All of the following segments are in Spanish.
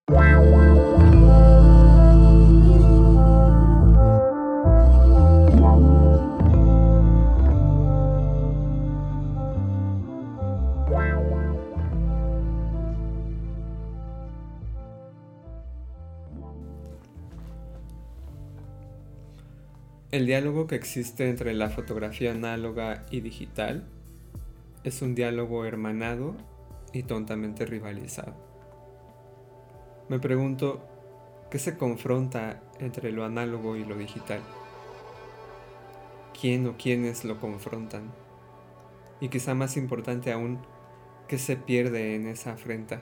El diálogo que existe entre la fotografía análoga y digital es un diálogo hermanado y tontamente rivalizado. Me pregunto, ¿qué se confronta entre lo análogo y lo digital? ¿Quién o quiénes lo confrontan? Y quizá más importante aún, ¿qué se pierde en esa afrenta?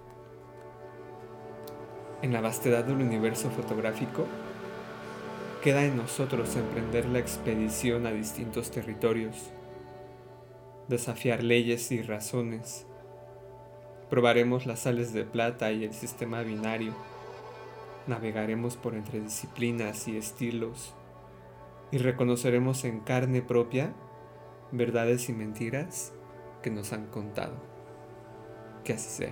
En la vastedad del universo fotográfico, queda en nosotros emprender la expedición a distintos territorios, desafiar leyes y razones. Probaremos las sales de plata y el sistema binario. Navegaremos por entre disciplinas y estilos y reconoceremos en carne propia verdades y mentiras que nos han contado. Que así sea.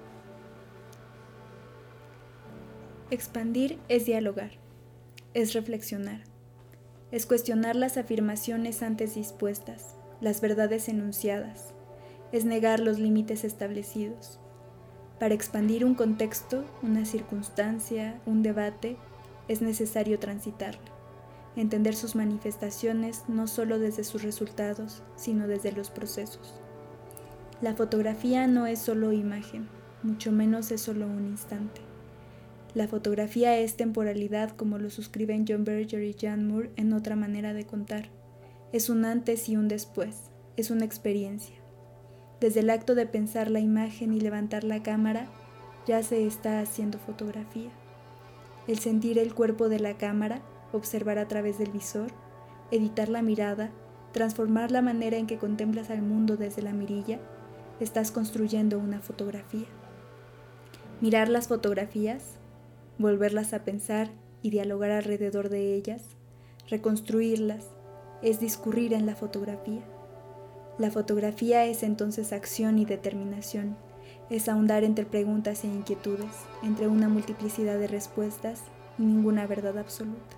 Expandir es dialogar, es reflexionar, es cuestionar las afirmaciones antes dispuestas, las verdades enunciadas, es negar los límites establecidos. Para expandir un contexto, una circunstancia, un debate, es necesario transitarlo, entender sus manifestaciones no solo desde sus resultados, sino desde los procesos. La fotografía no es solo imagen, mucho menos es solo un instante. La fotografía es temporalidad, como lo suscriben John Berger y Jan Moore en Otra manera de contar. Es un antes y un después, es una experiencia. Desde el acto de pensar la imagen y levantar la cámara, ya se está haciendo fotografía. El sentir el cuerpo de la cámara, observar a través del visor, editar la mirada, transformar la manera en que contemplas al mundo desde la mirilla, estás construyendo una fotografía. Mirar las fotografías, volverlas a pensar y dialogar alrededor de ellas, reconstruirlas, es discurrir en la fotografía. La fotografía es entonces acción y determinación, es ahondar entre preguntas e inquietudes, entre una multiplicidad de respuestas y ninguna verdad absoluta.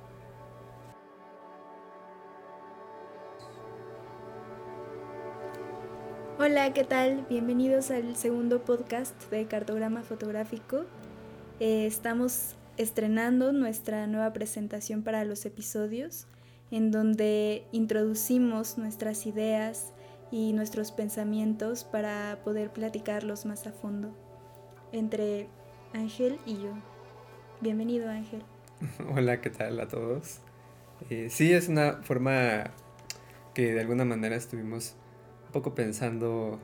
Hola, ¿qué tal? Bienvenidos al segundo podcast de Cartograma Fotográfico. Estamos estrenando nuestra nueva presentación para los episodios, en donde introducimos nuestras ideas y nuestros pensamientos para poder platicarlos más a fondo entre Ángel y yo. Bienvenido, Ángel. Hola, ¿qué tal a todos? Sí, es una forma que de alguna manera estuvimos un poco pensando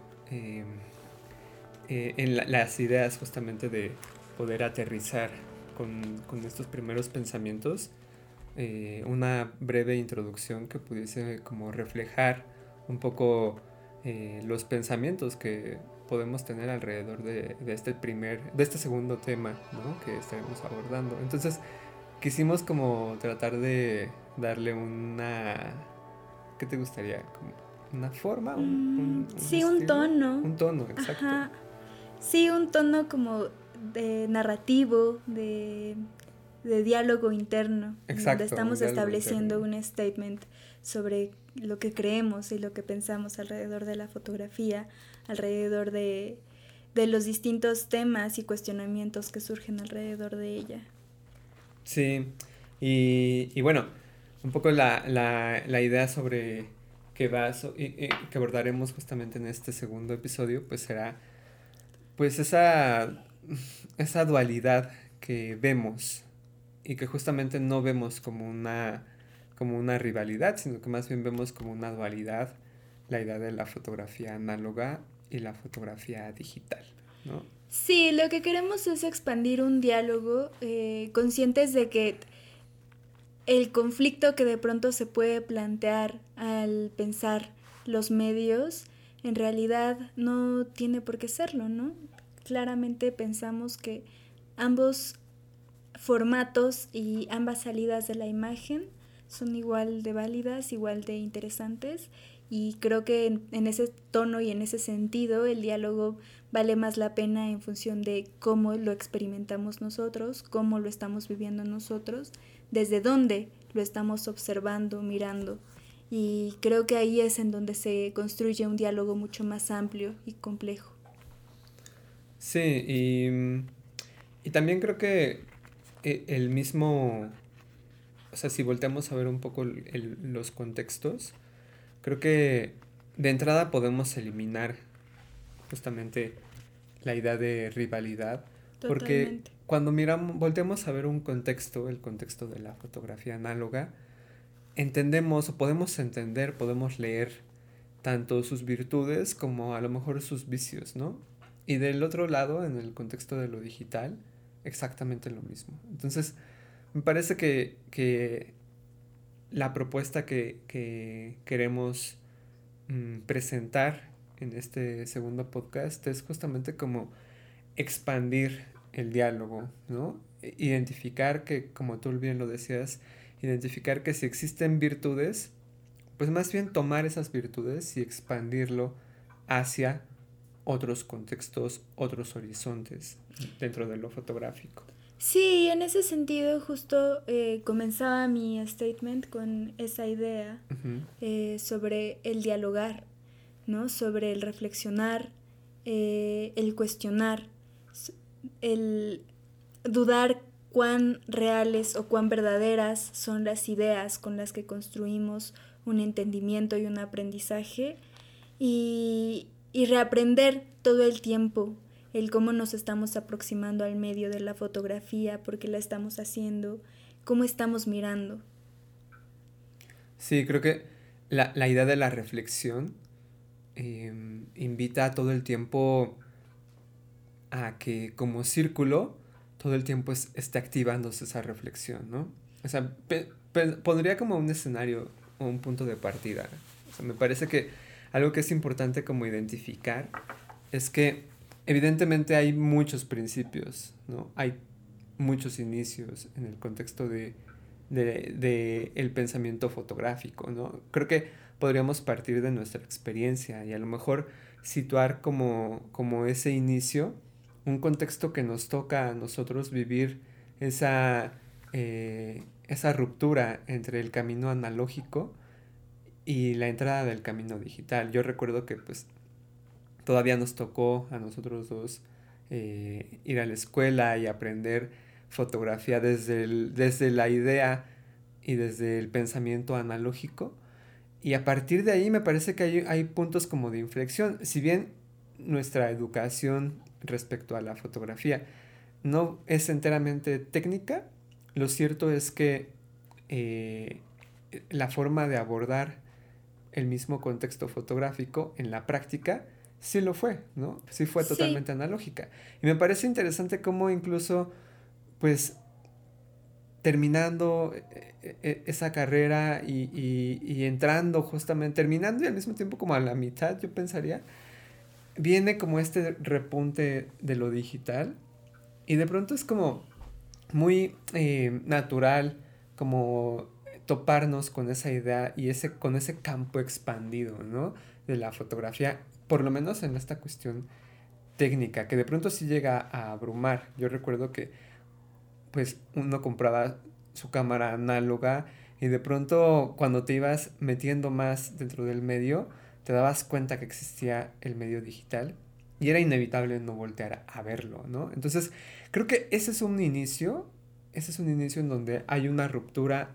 en las ideas justamente de poder aterrizar con estos primeros pensamientos, una breve introducción que pudiese como reflejar un poco los pensamientos que podemos tener alrededor de este segundo tema, ¿no?, que estaremos abordando. Entonces quisimos como tratar de darle una, ¿qué te gustaría? Como una forma, sí, un tono. Un tono, exacto. Ajá. Sí, un tono como de narrativo, de diálogo interno, Exacto, donde estamos estableciendo interno. un statement sobre lo que creemos y lo que pensamos alrededor de la fotografía, alrededor de los distintos temas y cuestionamientos que surgen alrededor de ella. Sí, y bueno, un poco la idea sobre que que abordaremos justamente en este segundo episodio, pues será pues esa dualidad que vemos y que justamente no vemos como una rivalidad, sino que más bien vemos como una dualidad, la idea de la fotografía análoga y la fotografía digital, ¿no? Sí, lo que queremos es expandir un diálogo, conscientes de que el conflicto que de pronto se puede plantear al pensar los medios, en realidad no tiene por qué serlo, ¿no? Claramente pensamos que ambos formatos y ambas salidas de la imagen son igual de válidas, igual de interesantes, Y creo que en ese tono y en ese sentido el diálogo vale más la pena en función de cómo lo experimentamos nosotros, cómo lo estamos viviendo nosotros, desde dónde lo estamos observando, mirando. Y creo que ahí es en donde se construye un diálogo mucho más amplio y complejo. Sí, y también creo que el mismo, o sea, si volteamos a ver un poco los contextos, creo que de entrada podemos eliminar justamente la idea de rivalidad, porque Totalmente. cuando volteamos a ver un contexto, el contexto de la fotografía análoga, entendemos o podemos leer tanto sus virtudes como a lo mejor sus vicios, ¿no? Y del otro lado, en el contexto de lo digital, exactamente lo mismo. Entonces, me parece que la propuesta que queremos presentar en este segundo podcast es justamente como expandir el diálogo, ¿no? Identificar que, como tú bien lo decías, identificar que si existen virtudes, pues más bien tomar esas virtudes y expandirlo hacia otros contextos, otros horizontes dentro de lo fotográfico. Sí, en ese sentido justo comenzaba mi statement con esa idea Uh-huh. sobre el dialogar, ¿no? Sobre el reflexionar, el cuestionar, el dudar cuán reales o cuán verdaderas son las ideas con las que construimos un entendimiento y un aprendizaje y reaprender todo el tiempo el cómo nos estamos aproximando al medio de la fotografía, por qué la estamos haciendo, cómo estamos mirando. Sí, creo que la idea de la reflexión invita todo el tiempo a que como círculo todo el tiempo esté activándose esa reflexión, ¿no? O sea, pondría como un escenario o un punto de partida. O sea, me parece que algo que es importante como identificar es que evidentemente hay muchos principios, ¿no? Hay muchos inicios en el contexto de el pensamiento fotográfico, ¿no? Creo que podríamos partir de nuestra experiencia y a lo mejor situar como ese inicio un contexto que nos toca a nosotros vivir esa ruptura entre el camino analógico y la entrada del camino digital. Yo recuerdo que pues todavía nos tocó a nosotros dos ir a la escuela y aprender fotografía desde la idea y desde el pensamiento analógico. Y a partir de ahí me parece que hay puntos como de inflexión. Si bien nuestra educación respecto a la fotografía no es enteramente técnica, lo cierto es que la forma de abordar el mismo contexto fotográfico en la práctica sí lo fue, ¿no? Sí fue Sí, totalmente analógica. Y me parece interesante cómo incluso, pues, terminando esa carrera y entrando justamente, terminando y al mismo tiempo como a la mitad, yo pensaría, viene como este repunte de lo digital y de pronto es como muy natural como toparnos con esa idea y con ese campo expandido, ¿no? De la fotografía, por lo menos en esta cuestión técnica, que de pronto sí llega a abrumar. Yo recuerdo que pues uno compraba su cámara análoga y de pronto cuando te ibas metiendo más dentro del medio, te dabas cuenta que existía el medio digital y era inevitable no voltear a verlo, ¿no? Entonces, creo que ese es un inicio en donde hay una ruptura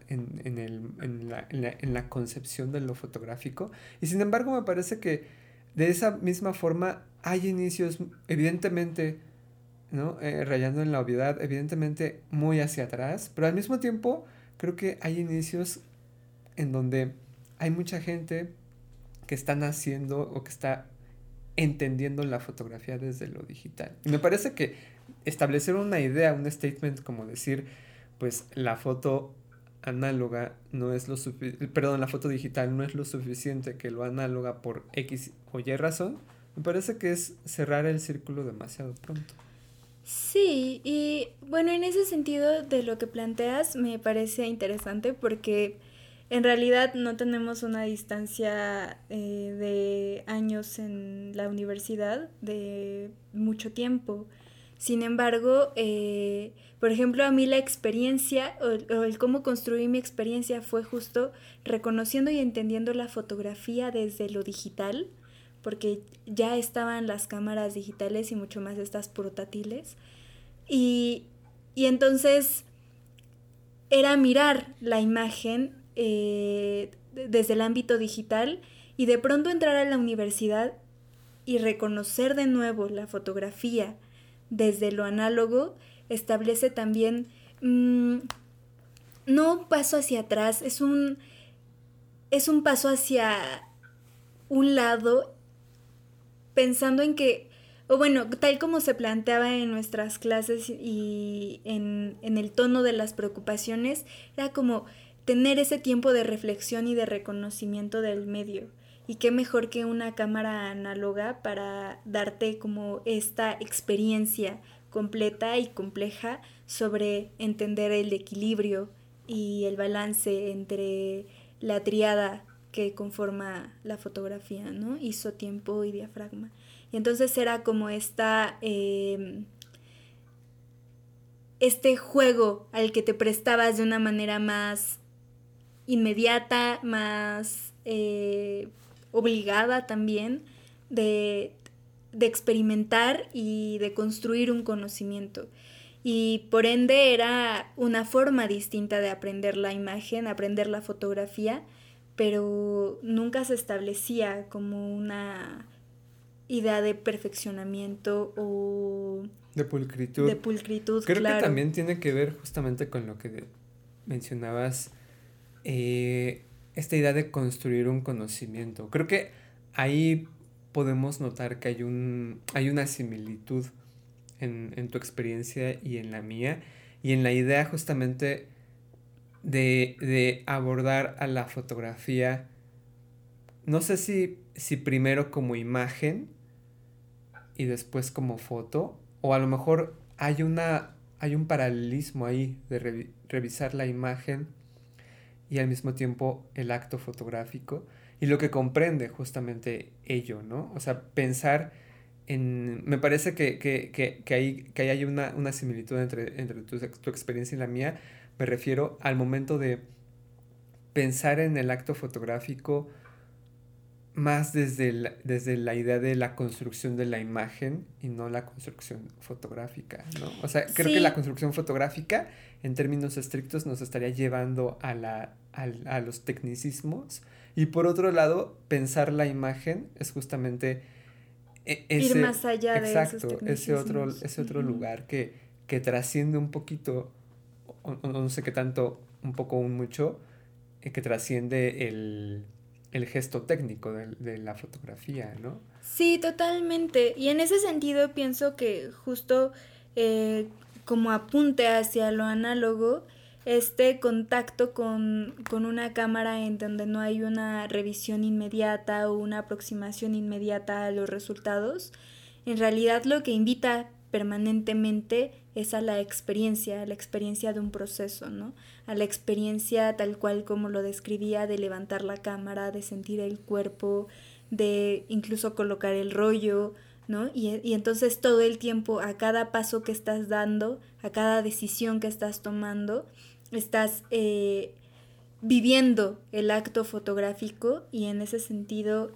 en la concepción de lo fotográfico y sin embargo me parece que de esa misma forma hay inicios evidentemente, ¿no? Rayando en la obviedad, evidentemente muy hacia atrás, pero al mismo tiempo creo que hay inicios en donde hay mucha gente que está naciendo o que está entendiendo la fotografía desde lo digital. Y me parece que establecer una idea, un statement como decir, pues la foto análoga no es lo perdón, la foto digital no es lo suficiente que lo análoga por X o Y razón, me parece que es cerrar el círculo demasiado pronto. sí, y bueno, en ese sentido de lo que planteas me parece interesante porque En realidad no tenemos una distancia de años en la universidad, de mucho tiempo. Sin embargo, por ejemplo, a mí la experiencia o el cómo construir mi experiencia fue justo reconociendo y entendiendo la fotografía desde lo digital, porque ya estaban las cámaras digitales y mucho más estas portátiles. Y, y entonces era mirar la imagen desde el ámbito digital y de pronto entrar a la universidad y reconocer de nuevo la fotografía desde lo análogo establece también no un paso hacia atrás, es un paso hacia un lado pensando en que, o bueno, tal como se planteaba en nuestras clases y en el tono de las preocupaciones, era como tener ese tiempo de reflexión y de reconocimiento del medio. Y qué mejor que una cámara análoga para darte como esta experiencia completa y compleja sobre entender el equilibrio y el balance entre la triada que conforma la fotografía, ¿no? ISO, tiempo y diafragma. Y entonces era como este juego al que te prestabas de una manera más inmediata, más obligada también de experimentar y de construir un conocimiento. Y por ende era una forma distinta de aprender la imagen, aprender la fotografía, pero nunca se establecía como una idea de perfeccionamiento o de pulcritud. De pulcritud, Creo claro. que también tiene que ver justamente con lo que mencionabas, esta idea de construir un conocimiento. Creo que ahí podemos notar que hay una similitud en tu experiencia y en la mía, y en la idea justamente de abordar a la fotografía, no sé si primero como imagen y después como foto, o a lo mejor hay un paralelismo ahí de revisar la imagen y al mismo tiempo el acto fotográfico y lo que comprende justamente ello, ¿no? O sea, pensar me parece que ahí hay una similitud entre tu experiencia y la mía. Me refiero al momento de pensar en el acto fotográfico más desde la idea de la construcción de la imagen y no la construcción fotográfica, ¿no? O sea, creo que la construcción fotográfica, en términos estrictos, nos estaría llevando a los tecnicismos, y por otro lado, pensar la imagen es justamente ir más allá de esos tecnicismos. Ese otro lugar que trasciende un poquito, o no sé qué tanto, un poco o un mucho, que trasciende el gesto técnico de la fotografía, ¿no? Sí, totalmente. Y en ese sentido pienso que justo como apunte hacia lo análogo, este contacto con una cámara en donde no hay una revisión inmediata o una aproximación inmediata a los resultados, en realidad lo que invita permanentemente es a la experiencia de un proceso, ¿no? A la experiencia tal cual como lo describía, de levantar la cámara, de sentir el cuerpo, de incluso colocar el rollo, ¿no? Y entonces todo el tiempo, a cada paso que estás dando, a cada decisión que estás tomando, estás viviendo el acto fotográfico, y en ese sentido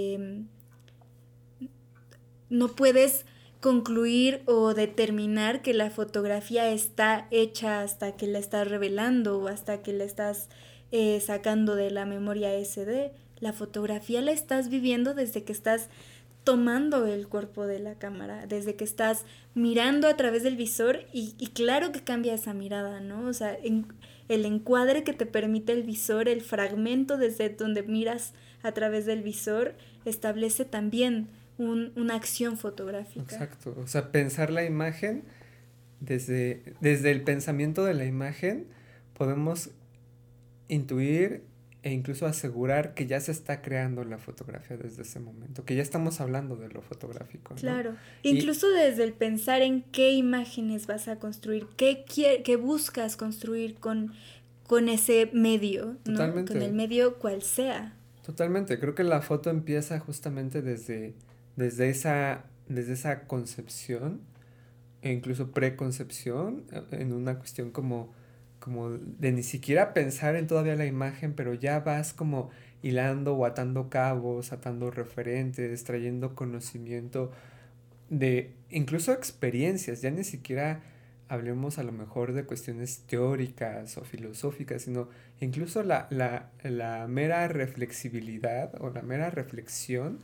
no puedes concluir o determinar que la fotografía está hecha hasta que la estás revelando o hasta que la estás sacando de la memoria SD. La fotografía la estás viviendo desde que estás tomando el cuerpo de la cámara, desde que estás mirando a través del visor, y claro que cambia esa mirada, ¿no? O sea, el encuadre que te permite el visor, el fragmento desde donde miras a través del visor, establece también una acción fotográfica. Exacto, o sea, pensar la imagen, desde el pensamiento de la imagen podemos intuir e incluso asegurar que ya se está creando la fotografía desde ese momento, que ya estamos hablando de lo fotográfico, ¿no? Claro, incluso desde el pensar en qué imágenes vas a construir, qué buscas construir con con ese medio, ¿no? Totalmente. Con el medio cual sea. Totalmente, creo que la foto empieza justamente desde esa concepción e incluso preconcepción, en una cuestión como de ni siquiera pensar en todavía la imagen, pero ya vas como hilando o atando cabos, atando referentes, trayendo conocimiento de incluso experiencias, ya ni siquiera hablemos a lo mejor de cuestiones teóricas o filosóficas, sino incluso la mera reflexibilidad o la mera reflexión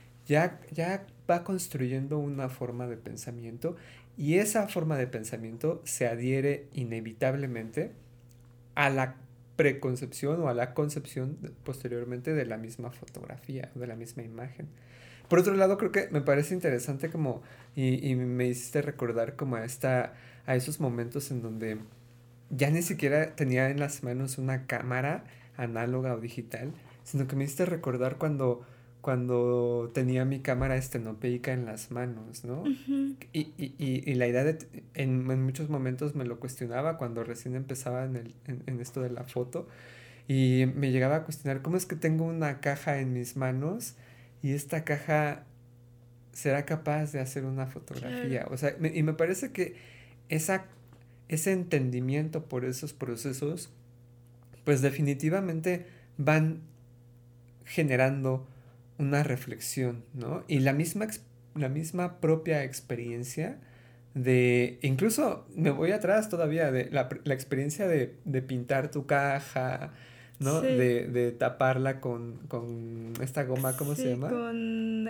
ya va construyendo una forma de pensamiento, y esa forma de pensamiento se adhiere inevitablemente a la preconcepción o a la concepción posteriormente de la misma fotografía o de la misma imagen. Por otro lado, creo que me parece interesante como, y me hiciste recordar como a esos momentos en donde ya ni siquiera tenía en las manos una cámara análoga o digital, sino que me hiciste recordar cuando tenía mi cámara estenopeica en las manos, ¿no? Ujú. Y la idea de, en muchos momentos me lo cuestionaba cuando recién empezaba en esto de la foto, y me llegaba a cuestionar cómo es que tengo una caja en mis manos y esta caja será capaz de hacer una Claro. fotografía. O sea, y me parece que esa, ese entendimiento por esos procesos, pues definitivamente van generando una reflexión, ¿no? Y la misma propia experiencia de, incluso me voy atrás todavía, de la experiencia de pintar tu caja, ¿no? Sí. De taparla con esta goma, ¿cómo se Sí, llama? con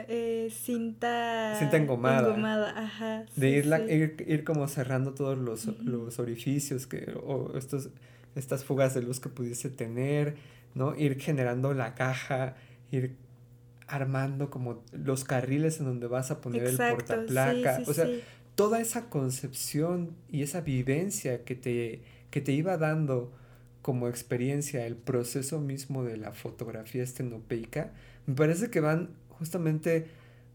Cinta cinta engomada. engomada. Ajá, De sí, sí. ir como cerrando todos Ujú. los orificios o estas fugas de luz que pudiese tener, ¿no? Ir generando la caja, ir armando como los carriles en donde vas a poner el Exacto, sí, portaplaca. sí, O sea, sí. toda esa concepción y esa vivencia que te iba dando como experiencia el proceso mismo de la fotografía estenopeica, me parece que van justamente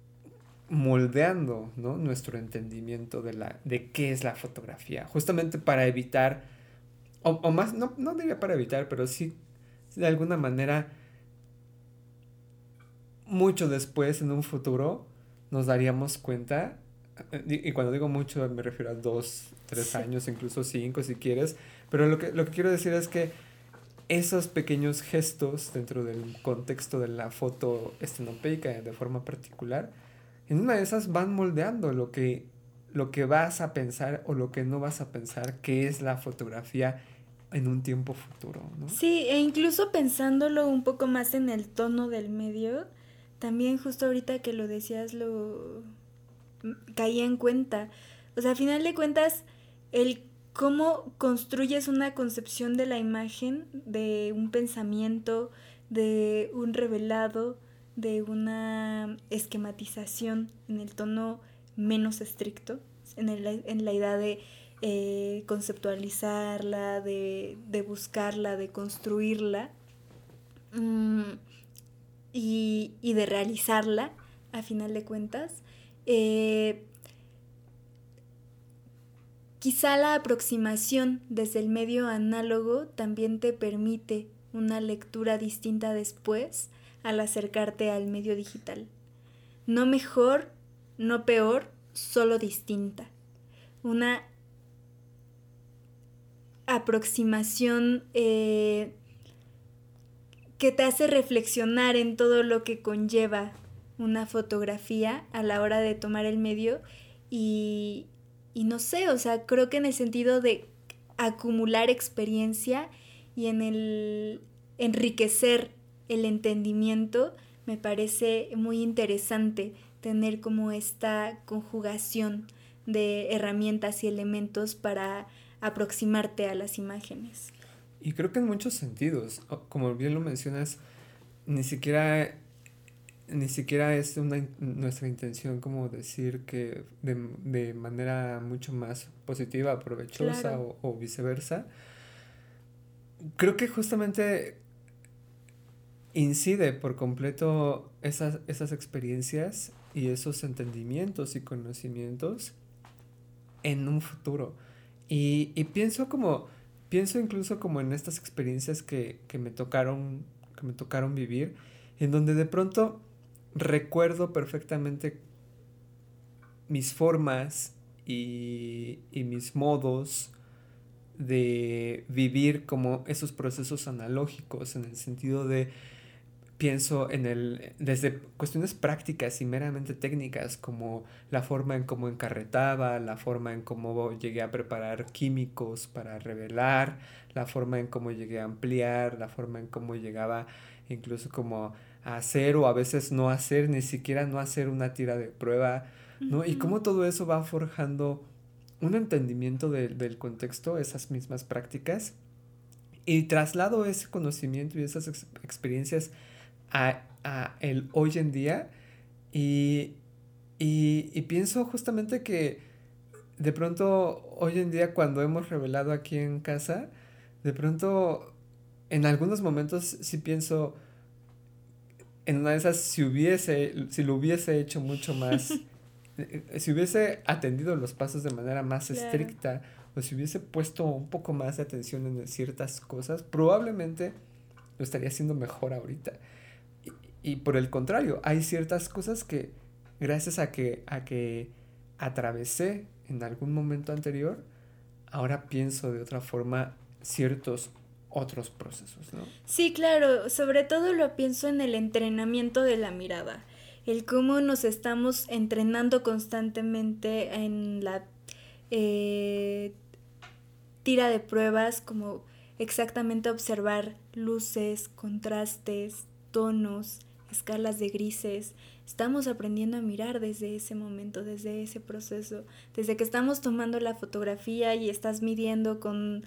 moldeando, ¿no? Nuestro entendimiento de qué es la fotografía, justamente para evitar, o más, no diría para evitar, pero sí de alguna manera mucho después, en un futuro, nos daríamos cuenta, y cuando digo mucho me refiero a 2, 3 años, incluso 5 si quieres, pero lo que quiero decir es que esos pequeños gestos dentro del contexto de la foto estenopeica de forma particular, en una de esas van moldeando lo que vas a pensar o lo que no vas a pensar que es la fotografía en un tiempo futuro, ¿no? Sí, e incluso pensándolo un poco más en el tono del medio, también justo ahorita que lo decías lo caía en cuenta. O sea, a final de cuentas, el cómo construyes una concepción de la imagen, de un pensamiento, de un revelado, de una esquematización en el tono menos estricto, en la idea de conceptualizarla, de buscarla, de construirla mm, y de realizarla, a final de cuentas. Eh, Quizá la aproximación desde el medio análogo también te permite una lectura distinta después al acercarte al medio digital. No mejor, no peor, solo distinta. Una aproximación que te hace reflexionar en todo lo que conlleva una fotografía a la hora de tomar el medio y, y no sé, o sea, creo que en el sentido de acumular experiencia y en el enriquecer el entendimiento, me parece muy interesante tener como esta conjugación de herramientas y elementos para aproximarte a las imágenes. Y creo que en muchos sentidos, como bien lo mencionas, ni siquiera, ni siquiera es nuestra intención como decir que de manera mucho más positiva, provechosa Claro. o viceversa. Creo que justamente incide por completo esas experiencias y esos entendimientos y conocimientos en un futuro. Y pienso como pienso incluso como en estas experiencias que me tocaron vivir, en donde de pronto recuerdo perfectamente mis formas y mis modos de vivir como esos procesos analógicos, en el sentido de pienso desde cuestiones prácticas y meramente técnicas, como la forma en cómo encarretaba, la forma en cómo llegué a preparar químicos para revelar, la forma en cómo llegué a ampliar, la forma en cómo llegaba incluso como a hacer o a veces no hacer, ni siquiera no hacer una tira de prueba, ¿no? Y cómo todo eso va forjando un entendimiento del contexto, esas mismas prácticas, y traslado ese conocimiento y esas experiencias a el hoy en día, y, y pienso justamente que de pronto hoy en día, cuando hemos revelado aquí en casa, de pronto en algunos momentos sí pienso en una de esas, si lo hubiese hecho mucho más, si hubiese atendido los pasos de manera más Claro. estricta, o si hubiese puesto un poco más de atención en ciertas cosas, probablemente lo estaría haciendo mejor ahorita. Y por el contrario, hay ciertas cosas que gracias a que atravesé en algún momento anterior, ahora pienso de otra forma ciertos otros procesos, ¿no? Sí, claro, sobre todo lo pienso en el entrenamiento de la mirada, el cómo nos estamos entrenando constantemente en la eh, tira de pruebas, como exactamente observar luces, contrastes, tonos, escalas de grises. Estamos aprendiendo a mirar desde ese momento, desde ese proceso, desde que estamos tomando la fotografía y estás midiendo con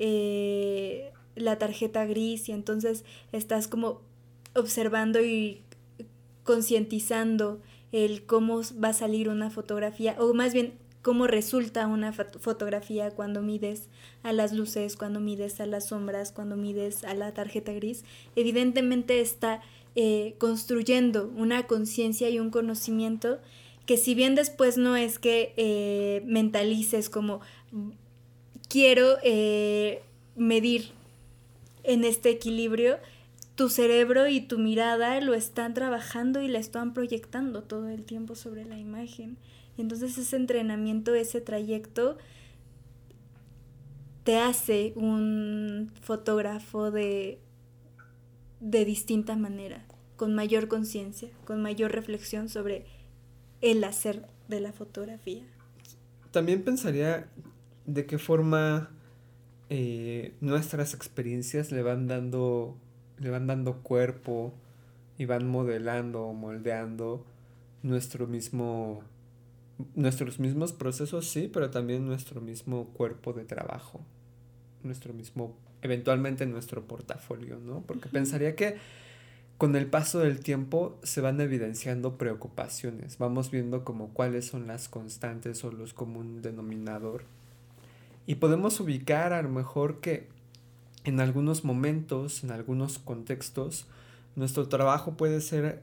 la tarjeta gris, y entonces estás como observando y concientizando el cómo va a salir una fotografía, o más bien cómo resulta una fotografía cuando mides a las luces, cuando mides a las sombras, cuando mides a la tarjeta gris. Evidentemente está construyendo una conciencia y un conocimiento que, si bien después no es que mentalices como quiero medir en este equilibrio, tu cerebro y tu mirada lo están trabajando y la están proyectando todo el tiempo sobre la imagen. Y entonces ese entrenamiento, ese trayecto, te hace un fotógrafo de distinta manera, con mayor conciencia, con mayor reflexión sobre el hacer de la fotografía. También pensaría de qué forma nuestras experiencias le van dando cuerpo y van modelando o moldeando nuestro mismo, nuestros mismos procesos, sí, pero también nuestro mismo cuerpo de trabajo, nuestro mismo, eventualmente nuestro portafolio, ¿no? Porque pensaría que con el paso del tiempo se van evidenciando preocupaciones, vamos viendo como cuáles son las constantes o los común denominador, y podemos ubicar a lo mejor que en algunos momentos, en algunos contextos, nuestro trabajo puede ser,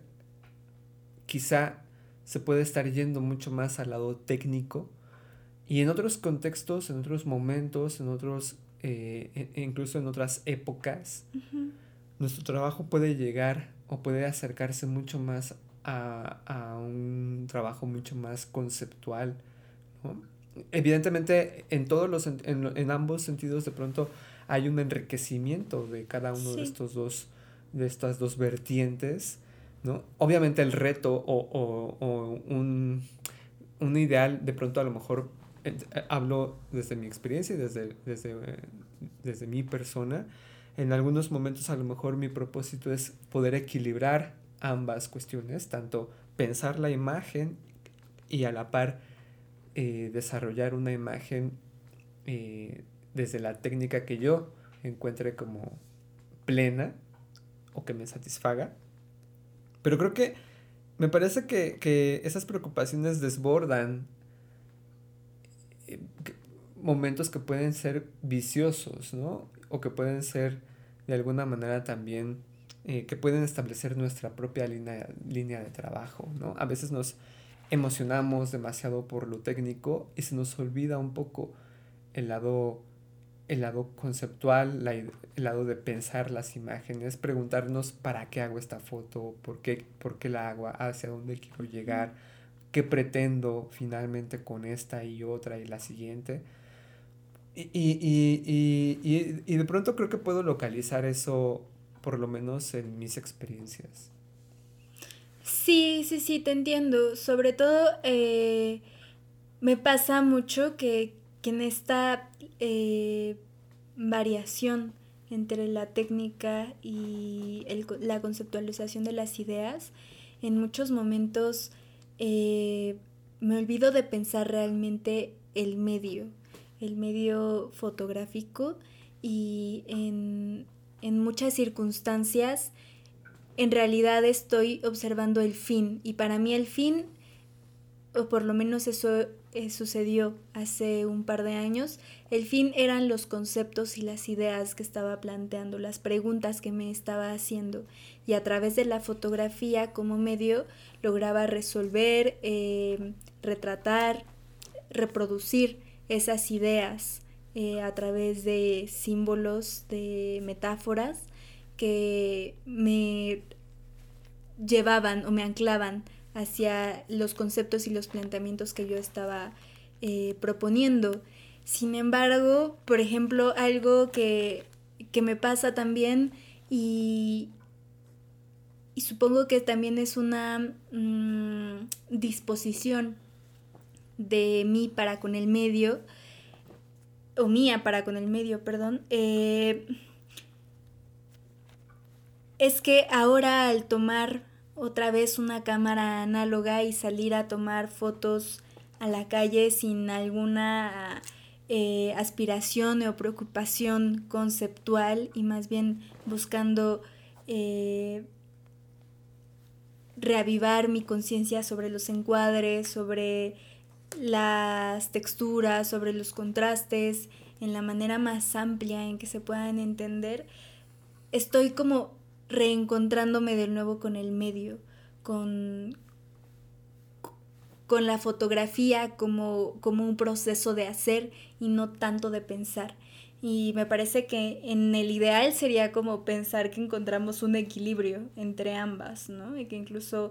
quizá se puede estar yendo mucho más al lado técnico, y en otros contextos, en otros momentos, en otros, incluso en otras épocas, nuestro trabajo puede llegar o puede acercarse mucho más a un trabajo mucho más conceptual, ¿no? Evidentemente, en todos en ambos sentidos, de pronto hay un enriquecimiento de cada uno Sí. de estas dos vertientes, ¿no? Obviamente el reto o un ideal, de pronto a lo mejor hablo desde mi experiencia y desde mi persona. En algunos momentos a lo mejor mi propósito es poder equilibrar ambas cuestiones, tanto pensar la imagen y a la par desarrollar una imagen desde la técnica que yo encuentre como plena o que me satisfaga. Pero creo que me parece que esas preocupaciones desbordan eh, momentos que pueden ser viciosos, ¿no? O que pueden ser de alguna manera también, que pueden establecer nuestra propia línea de trabajo, ¿no? A veces nos emocionamos demasiado por lo técnico y se nos olvida un poco el lado el lado conceptual, el lado de pensar las imágenes, preguntarnos para qué hago esta foto, por qué la hago, hacia dónde quiero llegar, qué pretendo finalmente con esta y otra y la siguiente. Y de pronto creo que puedo localizar eso, por lo menos en mis experiencias. Sí, sí, sí, te entiendo. Sobre todo me pasa mucho que en esta variación entre la técnica y la conceptualización de las ideas, en muchos momentos eh, me olvido de pensar realmente el medio fotográfico y en muchas circunstancias en realidad estoy observando el fin y para mí el fin, o por lo menos eso sucedió hace un par de años, el fin eran los conceptos y las ideas que estaba planteando, las preguntas que me estaba haciendo y a través de la fotografía como medio lograba resolver, retratar, reproducir esas ideas a través de símbolos, de metáforas que me llevaban o me anclaban hacia los conceptos y los planteamientos que yo estaba proponiendo. Sin embargo, por ejemplo, algo que me pasa también y, y supongo que también es una disposición de mí para con el medio, o mía para con el medio, perdón, es que ahora al tomar otra vez una cámara análoga y salir a tomar fotos a la calle sin alguna aspiración o preocupación conceptual y más bien buscando reavivar mi conciencia sobre los encuadres, sobre las texturas, sobre los contrastes, en la manera más amplia en que se puedan entender, estoy como reencontrándome de nuevo con el medio, con, con la fotografía como un proceso de hacer y no tanto de pensar. Y me parece que en el ideal sería como pensar que encontramos un equilibrio entre ambas, ¿no? Y que incluso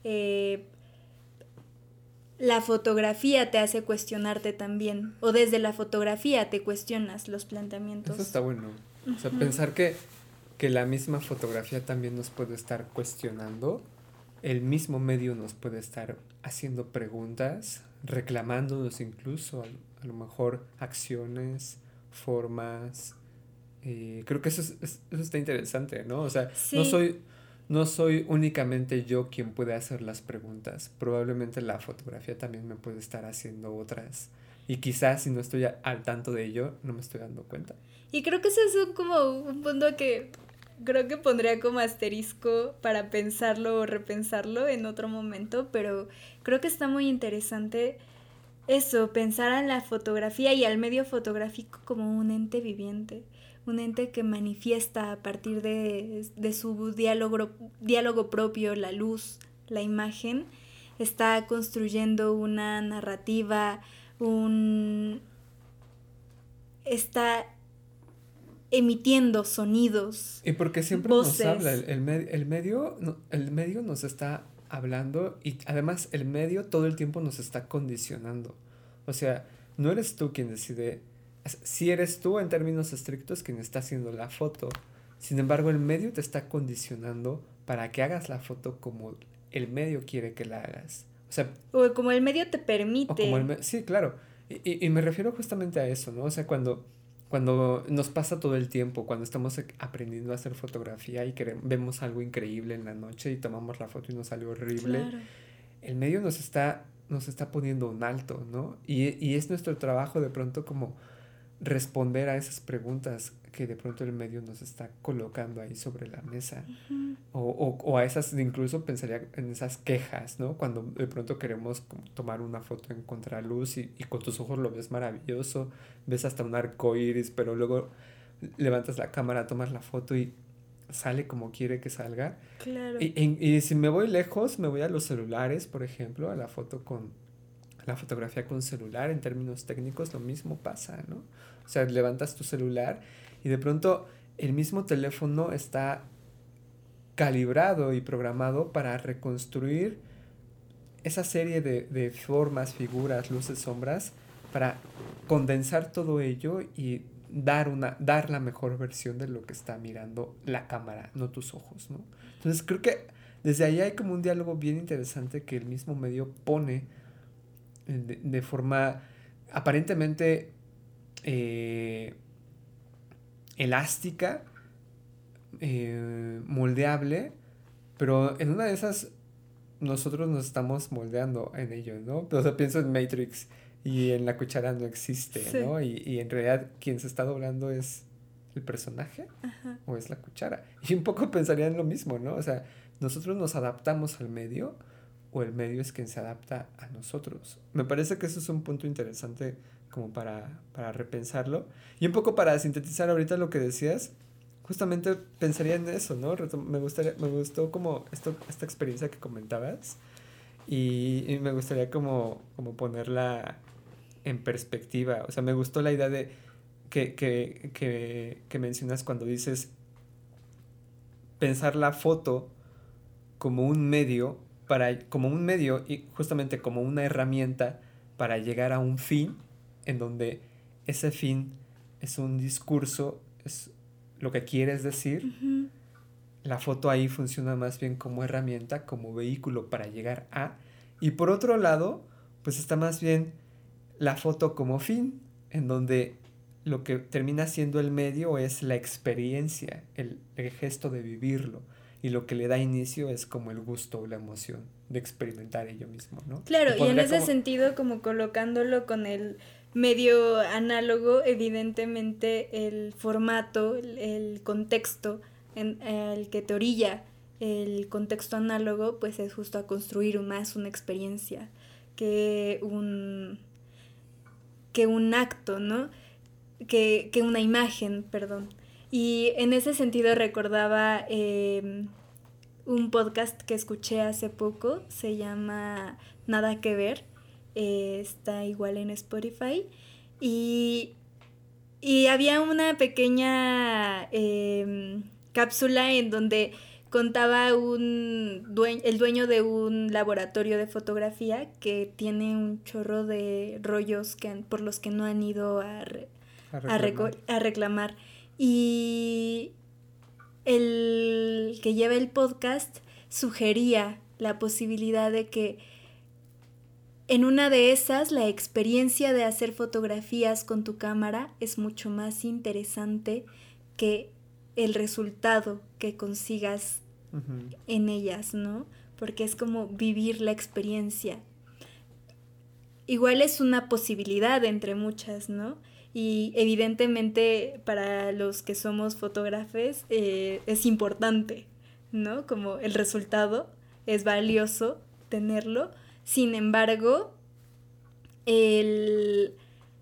la fotografía te hace cuestionarte también, o desde la fotografía te cuestionas los planteamientos. Eso está bueno. O sea, pensar que la misma fotografía también nos puede estar cuestionando, el mismo medio nos puede estar haciendo preguntas, reclamándonos incluso a lo mejor acciones, formas. Creo que eso está interesante, ¿no? O sea, Sí, no soy únicamente yo quien puede hacer las preguntas. Probablemente la fotografía también me puede estar haciendo otras. Y quizás si no estoy al tanto de ello, no me estoy dando cuenta. y creo que ese es como un punto que creo que pondría como asterisco para pensarlo o repensarlo en otro momento, pero creo que está muy interesante eso, pensar en la fotografía y al medio fotográfico como un ente viviente, un ente que manifiesta a partir de su diálogo propio, la luz, la imagen, está construyendo una narrativa, está emitiendo sonidos, Y porque siempre nos habla, voces. el medio nos está hablando y además el medio todo el tiempo nos está condicionando. O sea, no eres tú quien decide, si eres tú en términos estrictos quien está haciendo la foto. Sin embargo, el medio te está condicionando para que hagas la foto como el medio quiere que la hagas. O sea, O como el medio te o como permite. sí, claro. Y me refiero justamente a eso, ¿no? O sea, cuando nos pasa todo el tiempo, cuando estamos aprendiendo a hacer fotografía y vemos algo increíble en la noche y tomamos la foto y nos sale horrible, Claro. el medio nos está poniendo un alto, ¿no? Y es nuestro trabajo de pronto como responder a esas preguntas que de pronto el medio nos está colocando ahí sobre la mesa. Ujú. O a esas, incluso pensaría en esas quejas, ¿no? Cuando de pronto queremos como tomar una foto en contraluz y con tus ojos lo ves maravilloso, ves hasta un arco iris, pero luego levantas la cámara, tomas la foto y sale como quiere que salga. Claro. Y si me voy lejos, me voy a los celulares, por ejemplo, a la foto la fotografía con celular, en términos técnicos, lo mismo pasa, ¿no? O sea, levantas tu celular y de pronto el mismo teléfono está calibrado y programado para reconstruir esa serie de formas, figuras, luces, sombras, para condensar todo ello y dar la mejor versión de lo que está mirando la cámara, no tus ojos, ¿no? Entonces creo que desde ahí hay como un diálogo bien interesante que el mismo medio pone de forma aparentemente elástica, moldeable, pero en una de esas nosotros nos estamos moldeando en ello, ¿no? O sea, pienso en Matrix y en la cuchara no existe, Sí. ¿no? Y en realidad quien se está doblando es el personaje. Ajá. O es la cuchara. Y un poco pensaría en lo mismo, ¿no? O sea, nosotros nos adaptamos al medio o el medio es quien se adapta a nosotros. Me parece que eso es un punto interesante como para repensarlo. Y un poco para sintetizar ahorita lo que decías, justamente pensaría en eso, ¿no? Me gustó como esta experiencia que comentabas y me gustaría como ponerla en perspectiva. O sea, me gustó la idea de que mencionas cuando dices pensar la foto como un medio como un medio y justamente como una herramienta para llegar a un fin en donde ese fin es un discurso, es lo que quieres decir. Uh-huh. La foto ahí funciona más bien como herramienta, como vehículo para llegar a. Y por otro lado, pues está más bien la foto como fin, en donde lo que termina siendo el medio es la experiencia, el gesto de vivirlo. Y lo que le da inicio es como el gusto o la emoción de experimentar ello mismo, ¿no? Claro, y en ese sentido, como colocándolo con el medio análogo, evidentemente el formato, el contexto en el que te orilla el contexto análogo, pues es justo a construir más una experiencia que un acto, ¿no? Que una imagen, perdón. Y en ese sentido recordaba un podcast que escuché hace poco, se llama Nada que Ver, está igual en Spotify, y había una pequeña cápsula en donde contaba el dueño de un laboratorio de fotografía que tiene un chorro de rollos por los que no han ido a reclamar. Y el que lleva el podcast sugería la posibilidad de que en una de esas la experiencia de hacer fotografías con tu cámara es mucho más interesante que el resultado que consigas uh-huh. en ellas, ¿no? Porque es como vivir la experiencia. Igual es una posibilidad entre muchas, ¿no? Y evidentemente para los que somos fotógrafos es importante, ¿no? Como el resultado es valioso tenerlo. Sin embargo, el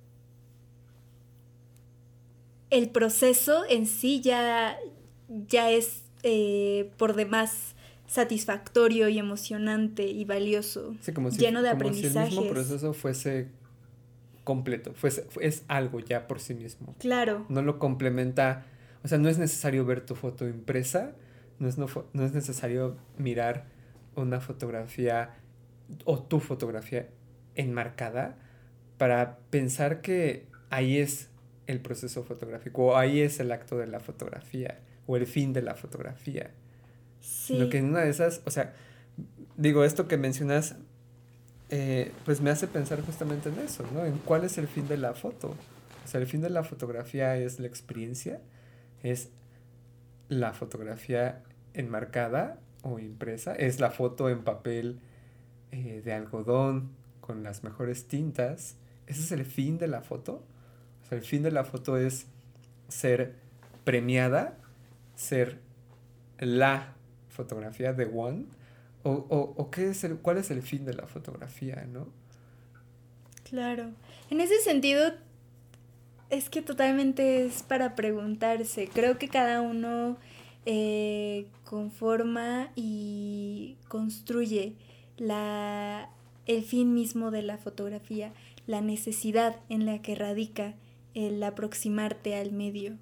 proceso en sí ya es por demás satisfactorio y emocionante y valioso, sí, como lleno de como aprendizajes. Si el mismo proceso fuese completo, es algo ya por sí mismo. Claro. No lo complementa, o sea, no es necesario ver tu foto impresa, no es necesario mirar una fotografía o tu fotografía enmarcada para pensar que ahí es el proceso fotográfico o ahí es el acto de la fotografía o el fin de la fotografía. Sí. Sino que en una de esas, o sea, digo, esto que mencionas pues me hace pensar justamente en eso, ¿no? En cuál es el fin de la foto. O sea, el fin de la fotografía es la experiencia, es la fotografía enmarcada o impresa, es la foto en papel de algodón con las mejores tintas. Ese es el fin de la foto. O sea, el fin de la foto es ser premiada, ser la fotografía de one. O qué es cuál es el fin de la fotografía, ¿no? Claro. En ese sentido, es que totalmente es para preguntarse. Creo que cada uno conforma y construye el fin mismo de la fotografía, la necesidad en la que radica el aproximarte al medio.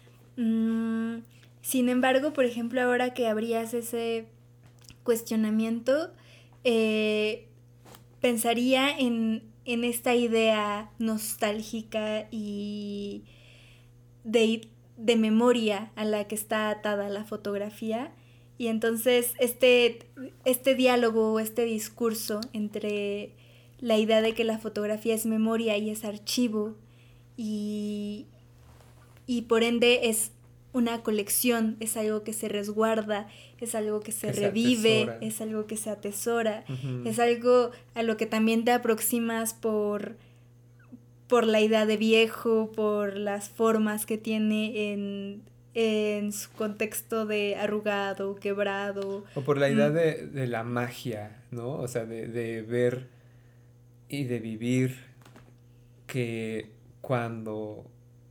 Sin embargo, por ejemplo, ahora que abrías ese cuestionamiento, pensaría en esta idea nostálgica y de memoria a la que está atada la fotografía. Y entonces este diálogo, este discurso entre la idea de que la fotografía es memoria y es archivo y por ende es una colección, es algo que se resguarda, es algo que se revive, es algo que se atesora, es algo a lo que también te aproximas por la idea de viejo, por las formas que tiene en su contexto de arrugado, quebrado. O por la idea de la magia, ¿no? O sea, de ver y de vivir que cuando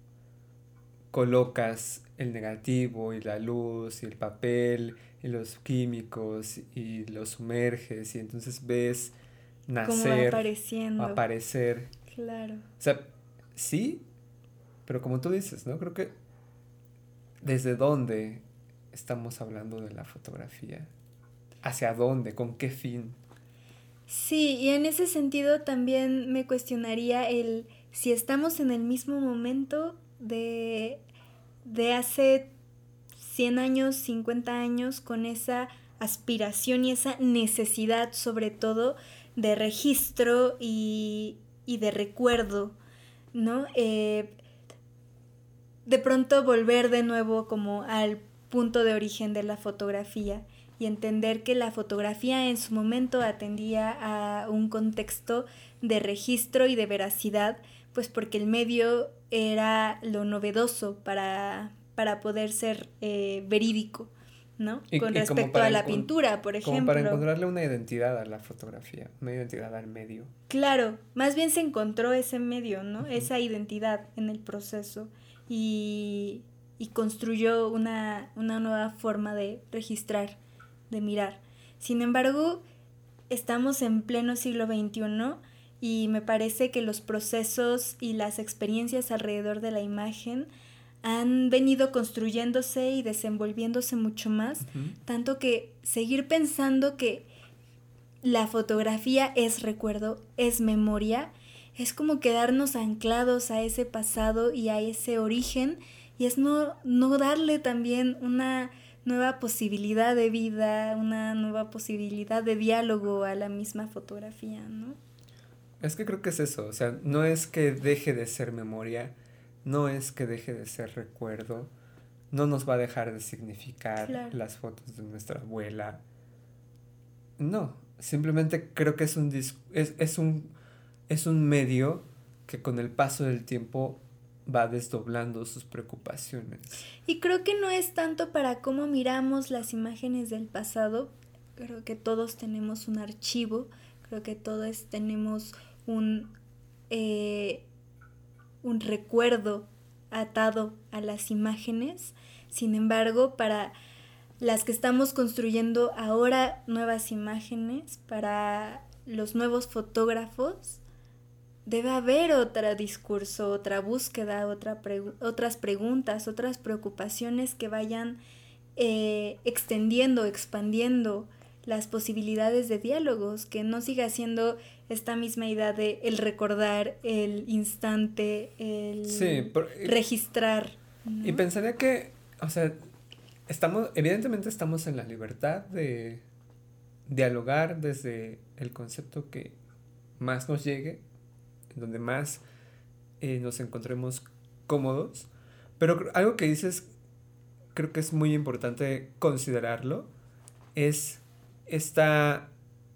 colocas el negativo y la luz y el papel y los químicos y los sumerges y entonces ves nacer o aparecer. Claro. O sea, sí, pero como tú dices, ¿no? Creo que ¿desde dónde estamos hablando de la fotografía? ¿Hacia dónde? ¿Con qué fin? Sí, y en ese sentido también me cuestionaría si estamos en el mismo momento de hace 100 años, 50 años, con esa aspiración y esa necesidad sobre todo de registro y de recuerdo, ¿no? De pronto volver de nuevo como al punto de origen de la fotografía y entender que la fotografía en su momento atendía a un contexto de registro y de veracidad, pues porque el medio era lo novedoso para poder ser verídico, ¿no? Con respecto a la pintura, por ejemplo. Como para encontrarle una identidad a la fotografía, una identidad al medio. Claro, más bien se encontró ese medio, ¿no? Esa identidad en el proceso y construyó una nueva forma de registrar, de mirar. Sin embargo, estamos en pleno siglo XXI y me parece que los procesos y las experiencias alrededor de la imagen han venido construyéndose y desenvolviéndose mucho más, tanto que seguir pensando que la fotografía es recuerdo, es memoria, es como quedarnos anclados a ese pasado y a ese origen, y es no darle también una nueva posibilidad de vida, una nueva posibilidad de diálogo a la misma fotografía, ¿no? Es que creo que es eso, o sea, no es que deje de ser memoria, no es que deje de ser recuerdo, no nos va a dejar de significar las fotos de nuestra abuela. No, simplemente creo que es un medio que con el paso del tiempo va desdoblando sus preocupaciones. Y creo que no es tanto para cómo miramos las imágenes del pasado, creo que todos tenemos un archivo, creo que todos tenemos un recuerdo atado a las imágenes. Sin embargo, para las que estamos construyendo ahora nuevas imágenes, para los nuevos fotógrafos, debe haber otro discurso, otra búsqueda, otras preguntas, otras preocupaciones que vayan extendiendo, expandiendo las posibilidades de diálogos, que no siga siendo esta misma idea de el recordar, el instante, el registrar, ¿no? Y pensaría que, o sea, evidentemente estamos en la libertad de dialogar desde el concepto que más nos llegue, donde más nos encontremos cómodos, pero algo que dices creo que es muy importante considerarlo, es esta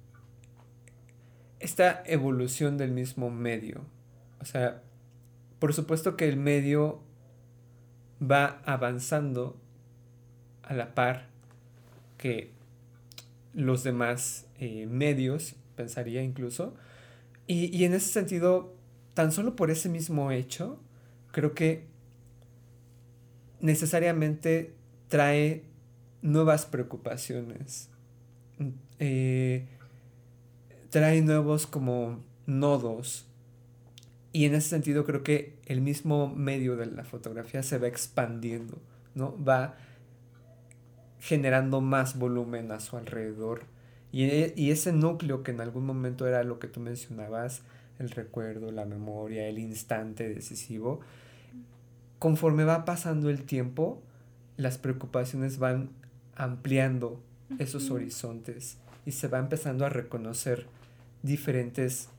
evolución del mismo medio. O sea, por supuesto que el medio va avanzando a la par que los demás medios, pensaría incluso, y en ese sentido, tan solo por ese mismo hecho, creo que necesariamente trae nuevas preocupaciones. trae nuevos como nodos. Y en ese sentido creo que el mismo medio de la fotografía se va expandiendo, ¿no? Va generando más volumen a su alrededor. Y ese núcleo que en algún momento era lo que tú mencionabas, el recuerdo, la memoria, el instante decisivo, conforme va pasando el tiempo, las preocupaciones van ampliando esos horizontes y se va empezando a reconocer diferentes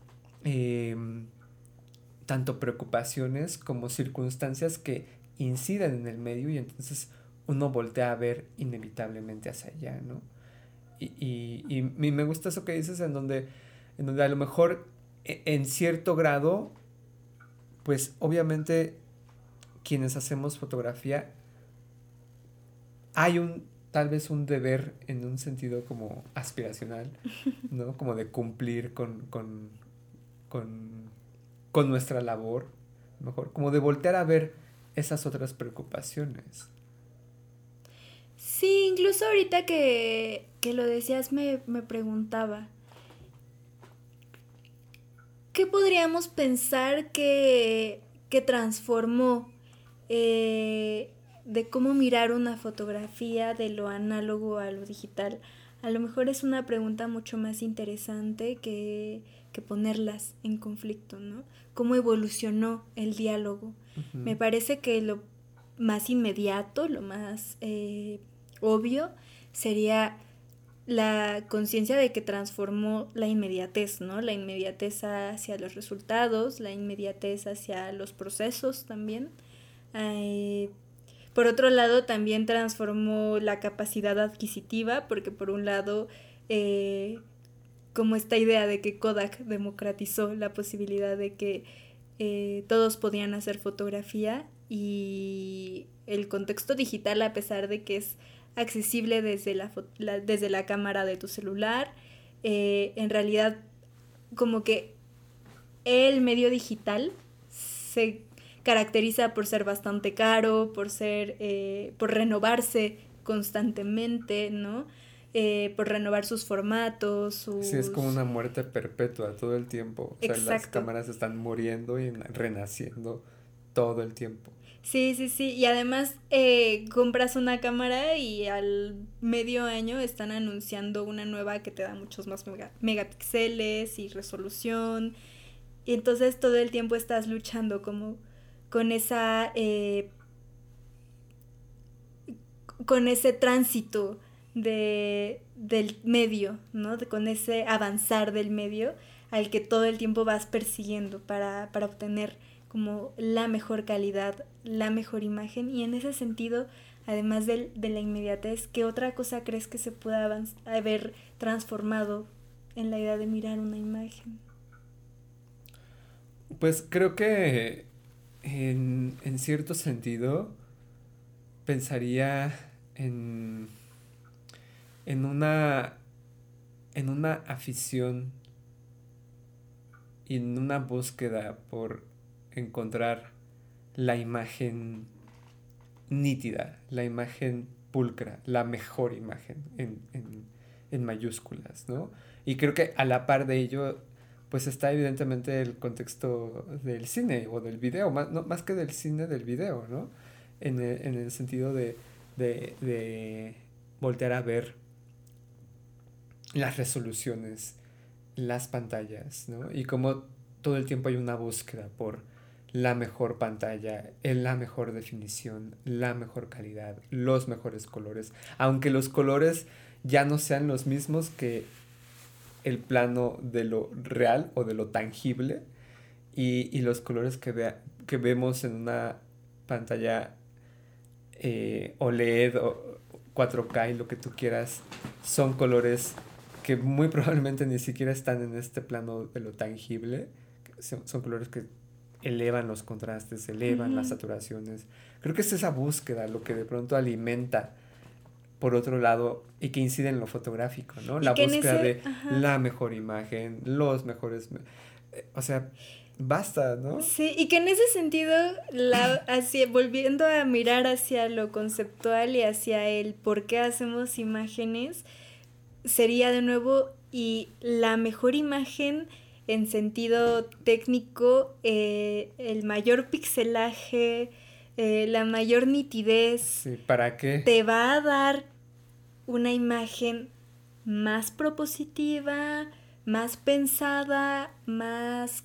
tanto preocupaciones como circunstancias que inciden en el medio, y entonces uno voltea a ver inevitablemente hacia allá, ¿no? Y me gusta eso que dices en donde a lo mejor en cierto grado, pues obviamente quienes hacemos fotografía hay tal vez un deber en un sentido como aspiracional, ¿no? Como de cumplir con nuestra labor, mejor, como de voltear a ver esas otras preocupaciones. Sí, incluso ahorita que lo decías me preguntaba, ¿qué podríamos pensar que transformó de cómo mirar una fotografía de lo análogo a lo digital? A lo mejor es una pregunta mucho más interesante que ponerlas en conflicto, ¿no? ¿Cómo evolucionó el diálogo? Uh-huh. Me parece que lo más inmediato, lo más obvio, sería la conciencia de que transformó la inmediatez, ¿no? La inmediatez hacia los resultados, la inmediatez hacia los procesos también. Por otro lado, también transformó la capacidad adquisitiva, porque por un lado, como esta idea de que Kodak democratizó la posibilidad de que todos podían hacer fotografía, y el contexto digital, a pesar de que es accesible desde la cámara de tu celular, en realidad como que el medio digital se caracteriza por ser bastante caro, por renovarse constantemente, ¿no? Por renovar sus formatos, Sí, es como una muerte perpetua todo el tiempo. O sea, Exacto. las cámaras están muriendo y renaciendo todo el tiempo. Sí, sí, sí. Y además compras una cámara y al medio año están anunciando una nueva que te da muchos más megapíxeles y resolución. Y entonces todo el tiempo estás luchando como con esa con ese tránsito del medio, ¿no? Con ese avanzar del medio al que todo el tiempo vas persiguiendo para obtener como la mejor calidad, la mejor imagen. Y en ese sentido, además de la inmediatez, ¿qué otra cosa crees que se pueda haber transformado en la idea de mirar una imagen? Pues creo que en cierto sentido pensaría en una afición y en una búsqueda por encontrar la imagen nítida, la imagen pulcra, la mejor imagen en mayúsculas, ¿no? Y creo que a la par de ello, pues está evidentemente el contexto del cine o del video, más que del cine, del video, ¿no? En el sentido de voltear a ver las resoluciones, las pantallas, ¿no? Y como todo el tiempo hay una búsqueda por la mejor pantalla, la mejor definición, la mejor calidad, los mejores colores, aunque los colores ya no sean los mismos que el plano de lo real o de lo tangible, y los colores que vemos en una pantalla OLED o 4K y lo que tú quieras, son colores que muy probablemente ni siquiera están en este plano de lo tangible. Son colores que elevan los contrastes, elevan las saturaciones. Creo que es esa búsqueda lo que de pronto alimenta, por otro lado, y que incide en lo fotográfico, ¿no? La búsqueda de la mejor imagen, los mejores... O sea, basta, ¿no? Sí, y que en ese sentido, volviendo a mirar hacia lo conceptual y hacia el por qué hacemos imágenes, sería de nuevo y la mejor imagen en sentido técnico, el mayor pixelaje, la mayor nitidez. Sí, ¿para qué? Te va a dar una imagen más propositiva, más pensada, más...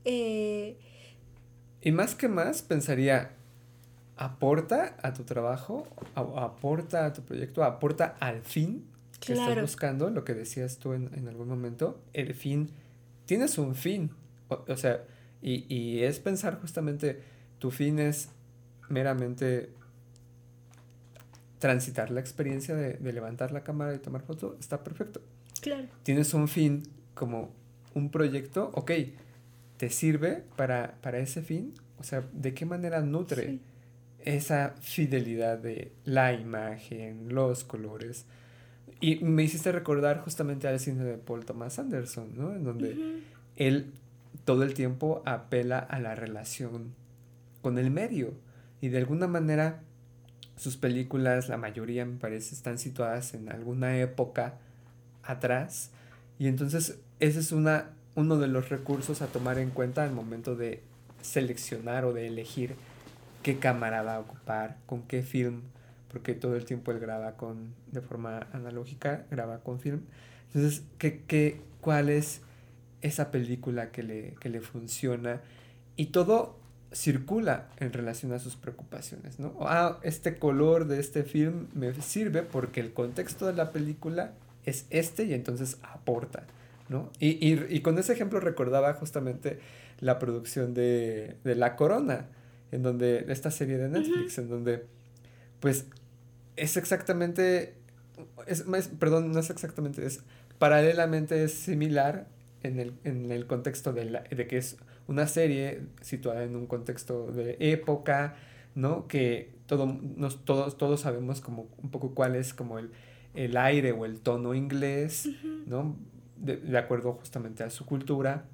Y más que más, pensaría, aporta a tu trabajo, aporta a tu proyecto, aporta al fin que estás buscando, lo que decías tú en algún momento, el fin, tienes un fin, o sea, y es pensar justamente, tu fin es meramente transitar la experiencia de levantar la cámara y tomar foto, está perfecto. Claro. Tienes un fin como un proyecto, ok, ¿te sirve para ese fin? O sea, ¿de qué manera nutre esa fidelidad de la imagen, los colores? Y me hiciste recordar justamente al cine de Paul Thomas Anderson, ¿no? En donde él todo el tiempo apela a la relación con el medio. Y de alguna manera sus películas, la mayoría me parece, están situadas en alguna época atrás. Y entonces ese es uno de los recursos a tomar en cuenta al momento de seleccionar o de elegir qué cámara va a ocupar, con qué film, porque todo el tiempo él graba de forma analógica, graba con film. Entonces, ¿cuál es esa película que le funciona? Y todo circula en relación a sus preocupaciones, ¿no? Este color de este film me sirve porque el contexto de la película es este y entonces aporta, ¿no? Y con ese ejemplo recordaba justamente la producción de La Corona, en donde esta serie de Netflix, en donde pues es exactamente, perdón, no es exactamente, es paralelamente es similar en el contexto de que es una serie situada en un contexto de época, ¿no? Que todos sabemos como un poco cuál es como el aire o el tono inglés, ¿no? De acuerdo justamente a su cultura.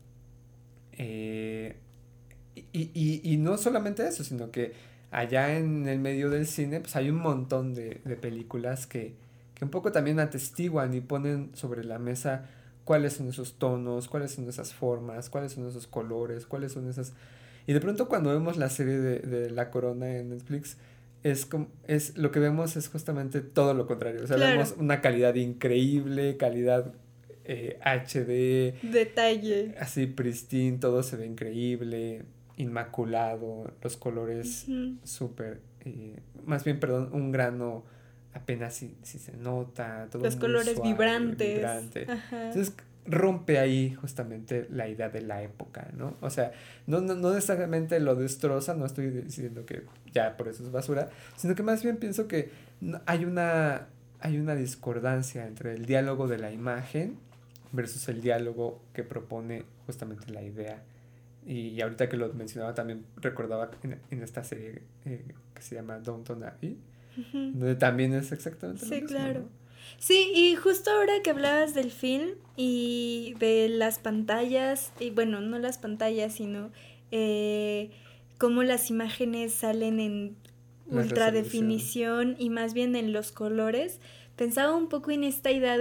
Y no solamente eso, sino que allá en el medio del cine pues hay un montón de películas que un poco también atestiguan y ponen sobre la mesa cuáles son esos tonos, cuáles son esas formas, cuáles son esos colores, cuáles son esas... Y de pronto cuando vemos la serie de La Corona en Netflix, lo que vemos es justamente todo lo contrario. O sea, vemos una calidad increíble, calidad HD. Detalle. Así pristine, todo se ve increíble, inmaculado, los colores súper... más bien, perdón, un grano apenas si se nota, todo los muy colores suave, vibrante. Entonces rompe ahí justamente la idea de la época, ¿no? O sea, no necesariamente lo destroza, no estoy diciendo que ya por eso es basura, sino que más bien pienso que hay una discordancia entre el diálogo de la imagen versus el diálogo que propone justamente la idea. Y ahorita que lo mencionaba también recordaba en esta serie que se llama Downton Abbey, donde también es exactamente lo mismo. Claro. ¿No? Sí, y justo ahora que hablabas del film y de las pantallas, y bueno, no las pantallas, sino cómo las imágenes salen en ultra definición y más bien en los colores, pensaba un poco en esta idea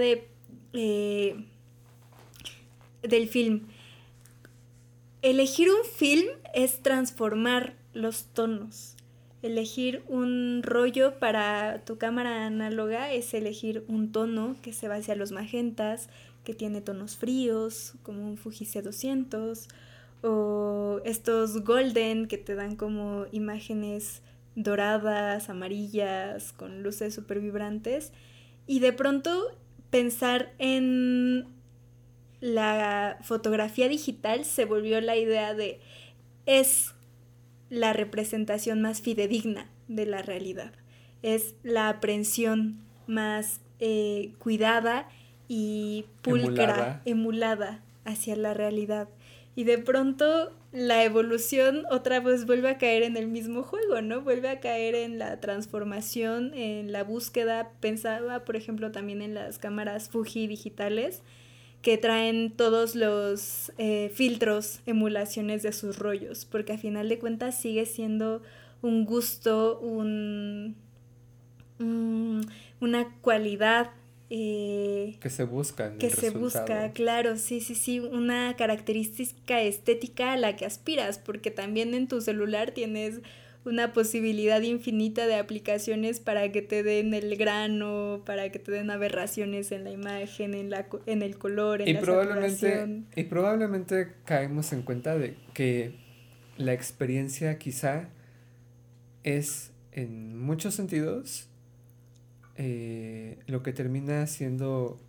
del film. Elegir un film es transformar los tonos. Elegir un rollo para tu cámara análoga es elegir un tono que se va hacia los magentas, que tiene tonos fríos, como un Fuji C200, o estos golden que te dan como imágenes doradas, amarillas, con luces súper vibrantes. Y de pronto pensar en la fotografía digital se volvió la idea de es la representación más fidedigna de la realidad, es la aprehensión más cuidada y pulcra, emulada hacia la realidad. Y de pronto la evolución otra vez vuelve a caer en el mismo juego, ¿no? Vuelve a caer en la transformación, en la búsqueda. Pensaba, por ejemplo, también en las cámaras Fuji digitales, que traen todos los filtros, emulaciones de sus rollos, porque a final de cuentas sigue siendo un gusto, una cualidad que se busca en que el se resultado. busca, claro, sí, una característica estética a la que aspiras, porque también en tu celular tienes una posibilidad infinita de aplicaciones para que te den el grano, para que te den aberraciones en la imagen, en el color, en la saturación. Y probablemente caemos en cuenta de que la experiencia quizá es en muchos sentidos lo que termina siendo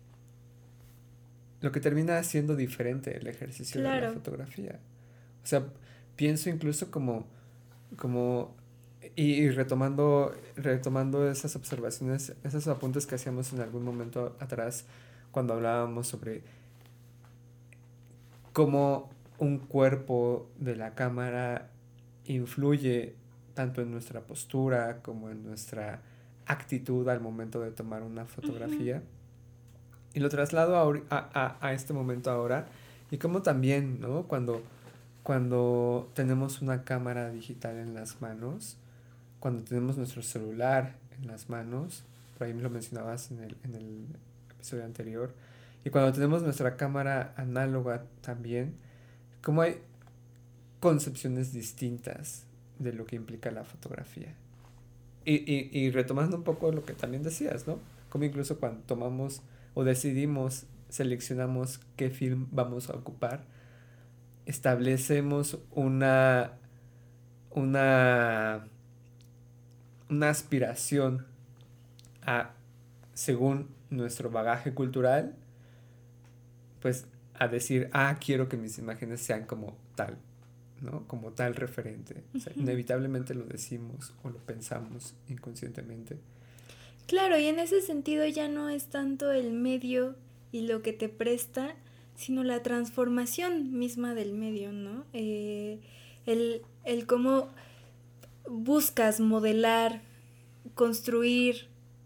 diferente el ejercicio de la Claro. fotografía. O sea, pienso incluso como y retomando esas observaciones, esos apuntes que hacíamos en algún momento atrás cuando hablábamos sobre cómo un cuerpo de la cámara influye tanto en nuestra postura como en nuestra actitud al momento de tomar una fotografía. Uh-huh. Y lo traslado a este momento ahora. Y como también, ¿no? Cuando tenemos una cámara digital en las manos, cuando tenemos nuestro celular en las manos, por ahí me lo mencionabas en el episodio anterior, y cuando tenemos nuestra cámara análoga también, como hay concepciones distintas de lo que implica la fotografía. Y retomando un poco lo que también decías, ¿no? Como incluso cuando tomamos o decidimos, seleccionamos qué film vamos a ocupar, establecemos una aspiración a, según nuestro bagaje cultural, pues a decir, quiero que mis imágenes sean como tal, ¿no? Como tal referente. O sea, inevitablemente lo decimos o lo pensamos inconscientemente. Claro, y en ese sentido ya no es tanto el medio y lo que te presta, sino la transformación misma del medio, ¿no? El cómo buscas modelar, construir,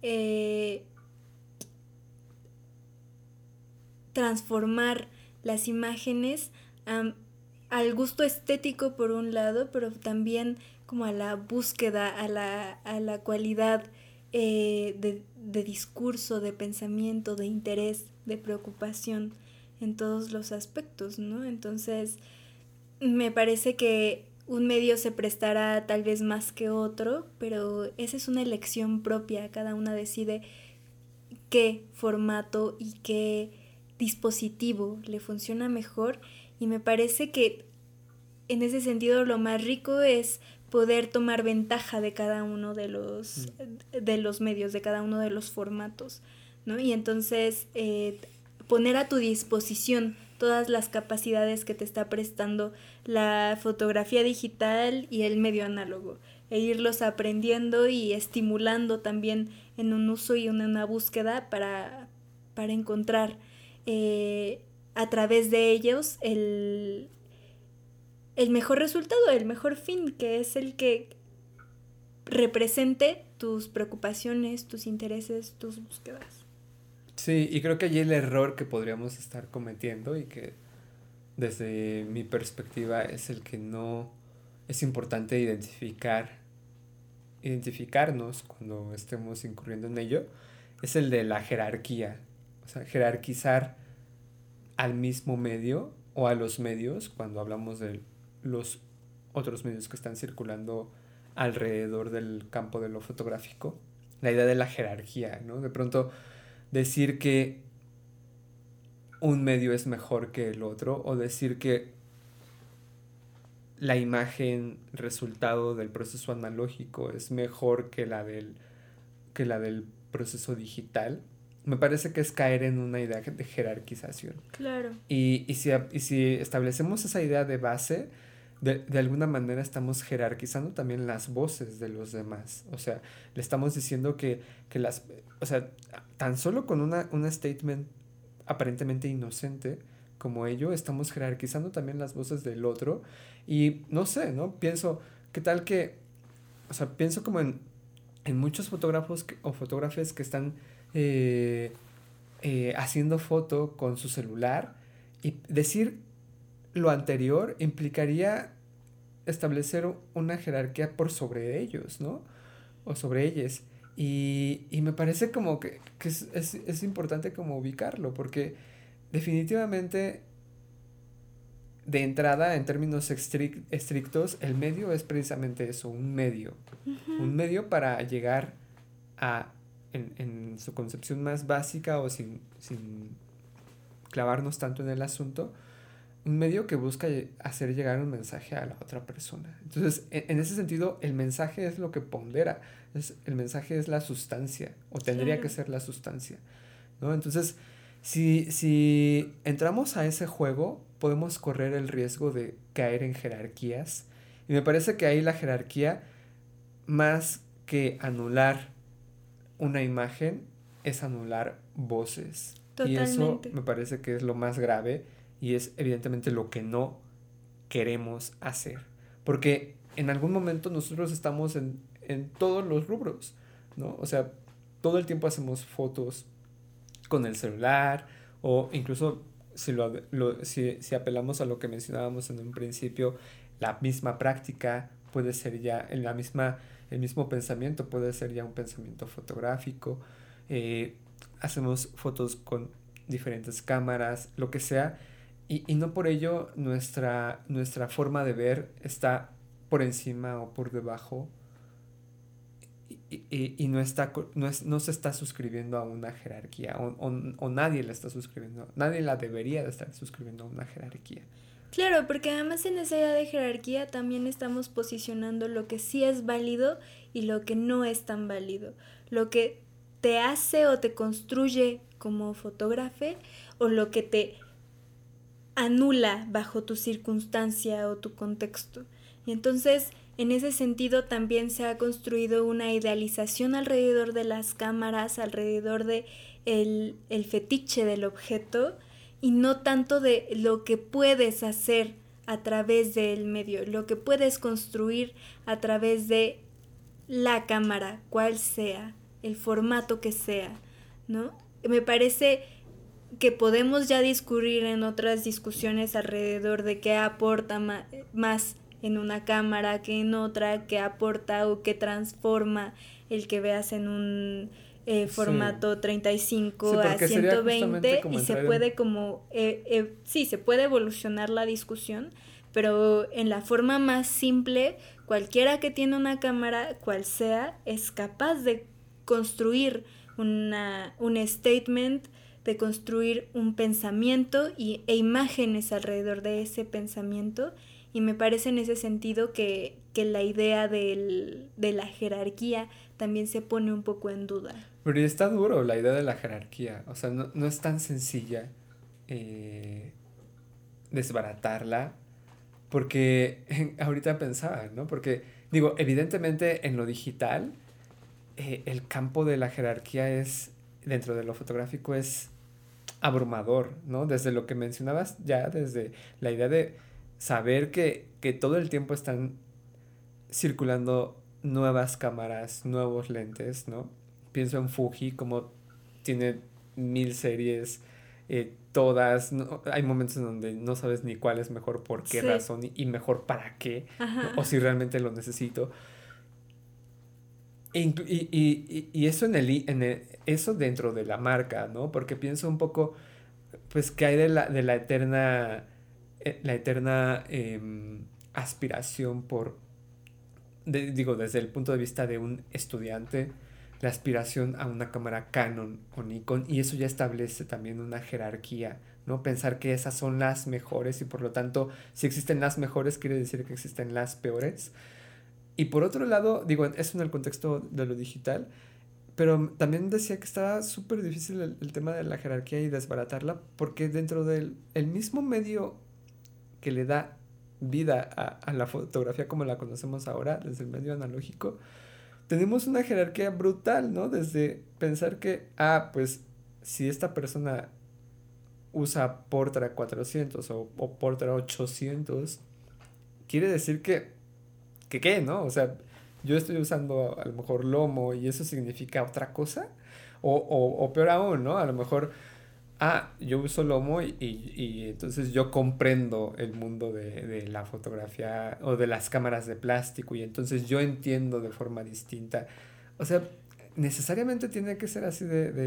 transformar las imágenes al gusto estético por un lado, pero también como a la búsqueda, a la cualidad de discurso, de pensamiento, de interés, de preocupación en todos los aspectos, ¿no? Entonces, me parece que un medio se prestará tal vez más que otro, pero esa es una elección propia, cada una decide qué formato y qué dispositivo le funciona mejor, y me parece que en ese sentido lo más rico es poder tomar ventaja de cada uno de los medios, de cada uno de los formatos, ¿no? Y entonces poner a tu disposición todas las capacidades que te está prestando la fotografía digital y el medio análogo, e irlos aprendiendo y estimulando también en un uso y en una búsqueda para encontrar a través de ellos el mejor resultado, el mejor fin, que es el que represente tus preocupaciones, tus intereses, tus búsquedas. Sí, y creo que allí el error que podríamos estar cometiendo y que desde mi perspectiva es el que no es importante identificarnos cuando estemos incurriendo en ello, es el de la jerarquía. O sea, jerarquizar al mismo medio o a los medios cuando hablamos de los otros medios que están circulando alrededor del campo de lo fotográfico. La idea de la jerarquía, ¿no? De pronto decir que un medio es mejor que el otro, o decir que la imagen resultado del proceso analógico es mejor que la del proceso digital, me parece que es caer en una idea de jerarquización. Claro. Y si establecemos esa idea de base, de alguna manera estamos jerarquizando también las voces de los demás. O sea, le estamos diciendo que o sea, tan solo con un statement aparentemente inocente como ello, estamos jerarquizando también las voces del otro. Y no sé, ¿no? Pienso, ¿qué tal que, o sea, pienso como en muchos fotógrafos o fotógrafes que están haciendo foto con su celular, y decir lo anterior implicaría establecer una jerarquía por sobre ellos, ¿no? O sobre ellas. Y me parece como que es importante como ubicarlo, porque definitivamente de entrada, en términos estrictos, el medio es precisamente eso, un medio. Ujú. Un medio para llegar a, en su concepción más básica o sin clavarnos tanto en el asunto, un medio que busca hacer llegar un mensaje a la otra persona. Entonces, en ese sentido, el mensaje es lo que pondera, el mensaje es la sustancia, o tendría que Claro, ser la sustancia, ¿no? Entonces, si entramos a ese juego, podemos correr el riesgo de caer en jerarquías. Y me parece que ahí la jerarquía, más que anular una imagen, es anular voces. Y eso totalmente. me parece que es lo más grave y es evidentemente lo que no queremos hacer. Porque en algún momento nosotros estamos en todos los rubros, ¿no? O sea, todo el tiempo hacemos fotos con el celular o incluso si apelamos a lo que mencionábamos en un principio, la misma práctica puede ser ya el mismo pensamiento puede ser ya un pensamiento fotográfico. eh, Hacemos fotos con diferentes cámaras, lo que sea, y no por ello nuestra forma de ver está por encima o por debajo y no, no se está suscribiendo a una jerarquía o nadie la está suscribiendo, nadie la debería de estar suscribiendo a una jerarquía. Claro, porque además en esa idea de jerarquía también estamos posicionando lo que sí es válido y lo que no es tan válido. Lo que te hace o te construye como fotógrafo o lo que te anula bajo tu circunstancia o tu contexto. Y entonces, en ese sentido, también se ha construido una idealización alrededor de las cámaras, alrededor de el fetiche del objeto, y no tanto de lo que puedes hacer a través del medio, lo que puedes construir a través de la cámara, cual sea, el formato que sea, ¿no? Me parece que podemos ya discurrir en otras discusiones alrededor de qué aporta más en una cámara que en otra, qué aporta o qué transforma el que veas en un Sí, formato sí, 35 a porque sería justamente 120 como y se entrar en... puede como, sí, se puede evolucionar la discusión, pero en la forma más simple, cualquiera que tiene una cámara, cual sea, es capaz de construir un statement, de construir un pensamiento e imágenes alrededor de ese pensamiento. Y me parece en ese sentido que la idea de la jerarquía también se pone un poco en duda. Pero está duro la idea de la jerarquía, o sea, no es tan sencilla eh, desbaratarla, porque ahorita pensaba, ¿no? Porque digo, evidentemente en lo digital, el campo de la jerarquía es, dentro de lo fotográfico, es abrumador, ¿no? Desde lo que mencionabas ya, desde la idea de saber que todo el tiempo están circulando nuevas cámaras, nuevos lentes, ¿no? Pienso en Fuji, como tiene 1000 series, todas, ¿no? Hay momentos en donde no sabes ni cuál es mejor, por qué Sí. razón y mejor para qué, ¿no? O Ajá. si realmente lo necesito. Y eso eso dentro de la marca, ¿no? Porque pienso un poco, pues, que hay de la eterna aspiración digo, desde el punto de vista de un estudiante, la aspiración a una cámara Canon o Nikon, y eso ya establece también una jerarquía, ¿no? Pensar que esas son las mejores y por lo tanto, si existen las mejores, quiere decir que existen las peores. Y por otro lado, digo, eso en el contexto de lo digital, pero también decía que estaba súper difícil el tema de la jerarquía y desbaratarla, porque dentro del el mismo medio que le da vida a la fotografía como la conocemos ahora, desde el medio analógico, tenemos una jerarquía brutal, ¿no? Desde pensar que, pues si esta persona usa Portra 400 o Portra 800, quiere decir que ¿qué, no? O sea, yo estoy usando a lo mejor lomo y eso significa otra cosa. O peor aún, ¿no? A lo mejor, yo uso lomo y entonces yo comprendo el mundo de la fotografía o de las cámaras de plástico y entonces yo entiendo de forma distinta. O sea, necesariamente tiene que ser así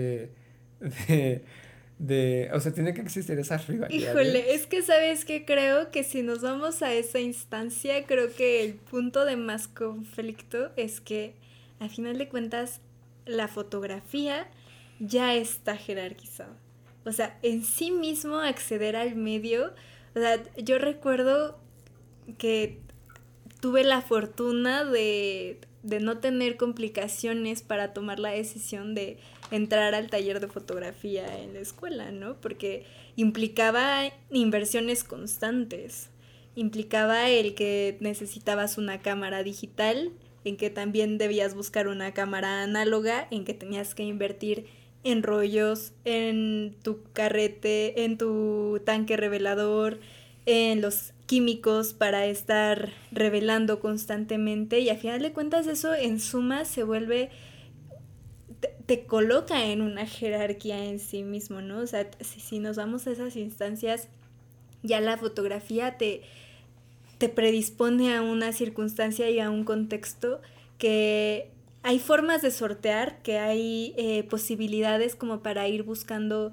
o sea, tiene que existir esa rivalidad. Híjole, es que sabes que creo que si nos vamos a esa instancia, creo que el punto de más conflicto es que a final de cuentas la fotografía ya está jerarquizada. O sea, en sí mismo acceder al medio, o sea, yo recuerdo que tuve la fortuna de no tener complicaciones para tomar la decisión de entrar al taller de fotografía en la escuela, ¿no? Porque implicaba inversiones constantes, implicaba el que necesitabas una cámara digital, en que también debías buscar una cámara análoga, en que tenías que invertir en rollos, en tu carrete, en tu tanque revelador, en los químicos para estar revelando constantemente, y a final de cuentas eso en suma se vuelve, te coloca en una jerarquía en sí mismo, ¿no? O sea, si nos vamos a esas instancias, ya la fotografía te predispone a una circunstancia y a un contexto que hay formas de sortear, que hay posibilidades como para ir buscando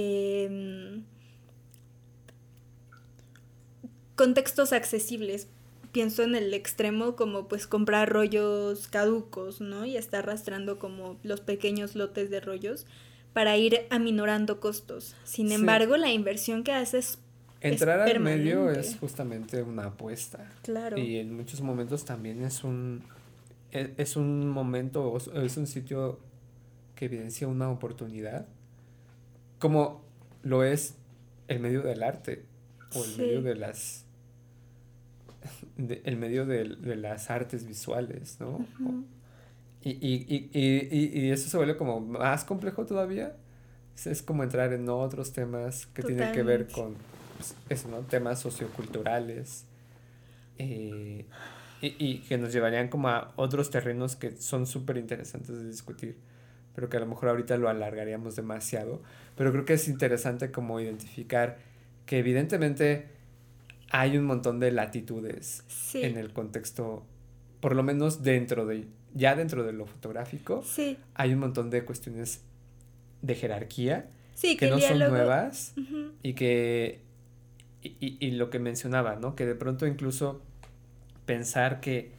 contextos accesibles. Pienso en el extremo como pues comprar rollos caducos, ¿no? Y estar arrastrando como los pequeños lotes de rollos para ir aminorando costos. Sin embargo, la inversión que haces entrar al medio es justamente una apuesta. Claro. Y en muchos momentos también es un momento, es un sitio que evidencia una oportunidad, como lo es el medio del arte o el medio de las el medio de las artes visuales, ¿no? Uh-huh. Y eso se vuelve como más complejo todavía. Es como entrar en otros temas que tienen que ver con pues, eso, ¿no? Temas socioculturales y que nos llevarían como a otros terrenos que son súper interesantes de discutir, pero que a lo mejor ahorita lo alargaríamos demasiado. Pero creo que es interesante como identificar que evidentemente hay un montón de latitudes en el contexto, por lo menos dentro de lo fotográfico, hay un montón de cuestiones de jerarquía que no son nuevas. Uh-huh. Y que y lo que mencionaba, ¿no? Que de pronto incluso pensar que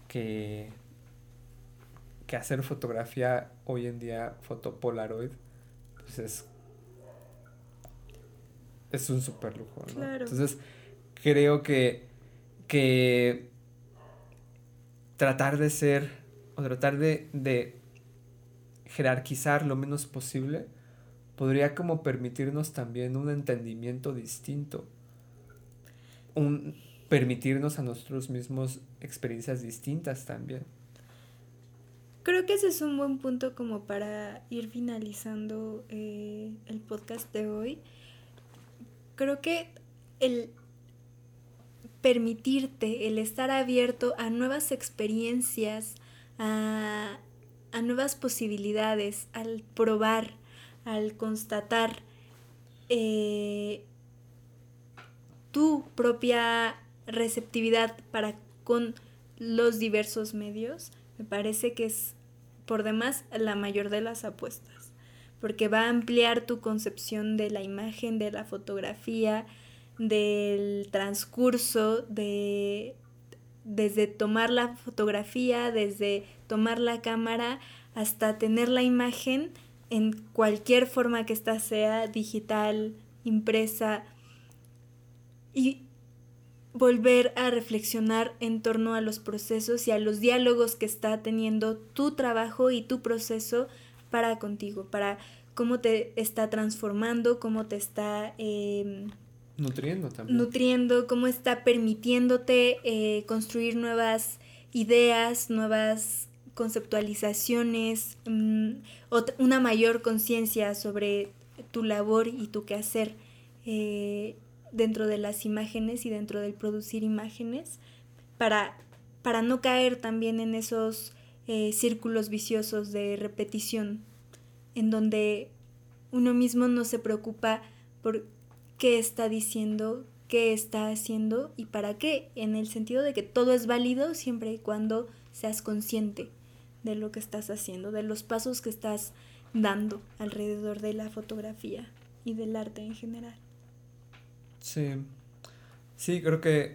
hacer fotografía hoy en día, foto Polaroid, pues es un súper lujo, ¿no? Claro. Entonces creo que tratar de jerarquizar lo menos posible podría como permitirnos también un entendimiento distinto, permitirnos a nosotros mismos experiencias distintas también. Creo que ese es un buen punto como para ir finalizando el podcast de hoy. Creo que el permitirte, el estar abierto a nuevas experiencias, a nuevas posibilidades, al probar, al constatar tu propia receptividad para con los diversos medios, me parece que es por demás la mayor de las apuestas, porque va a ampliar tu concepción de la imagen, de la fotografía, del transcurso, desde tomar la fotografía, desde tomar la cámara, hasta tener la imagen en cualquier forma que ésta sea, digital, impresa, y volver a reflexionar en torno a los procesos y a los diálogos que está teniendo tu trabajo y tu proceso para contigo, para cómo te está transformando, cómo te está nutriendo, cómo está permitiéndote construir nuevas ideas, nuevas conceptualizaciones, una mayor conciencia sobre tu labor y tu quehacer dentro de las imágenes y dentro del producir imágenes, para no caer también en esos círculos viciosos de repetición, en donde uno mismo no se preocupa por qué está diciendo, qué está haciendo y para qué, en el sentido de que todo es válido siempre y cuando seas consciente de lo que estás haciendo, de los pasos que estás dando alrededor de la fotografía y del arte en general. Sí, sí, creo que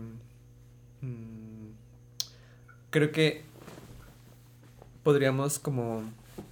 creo que podríamos como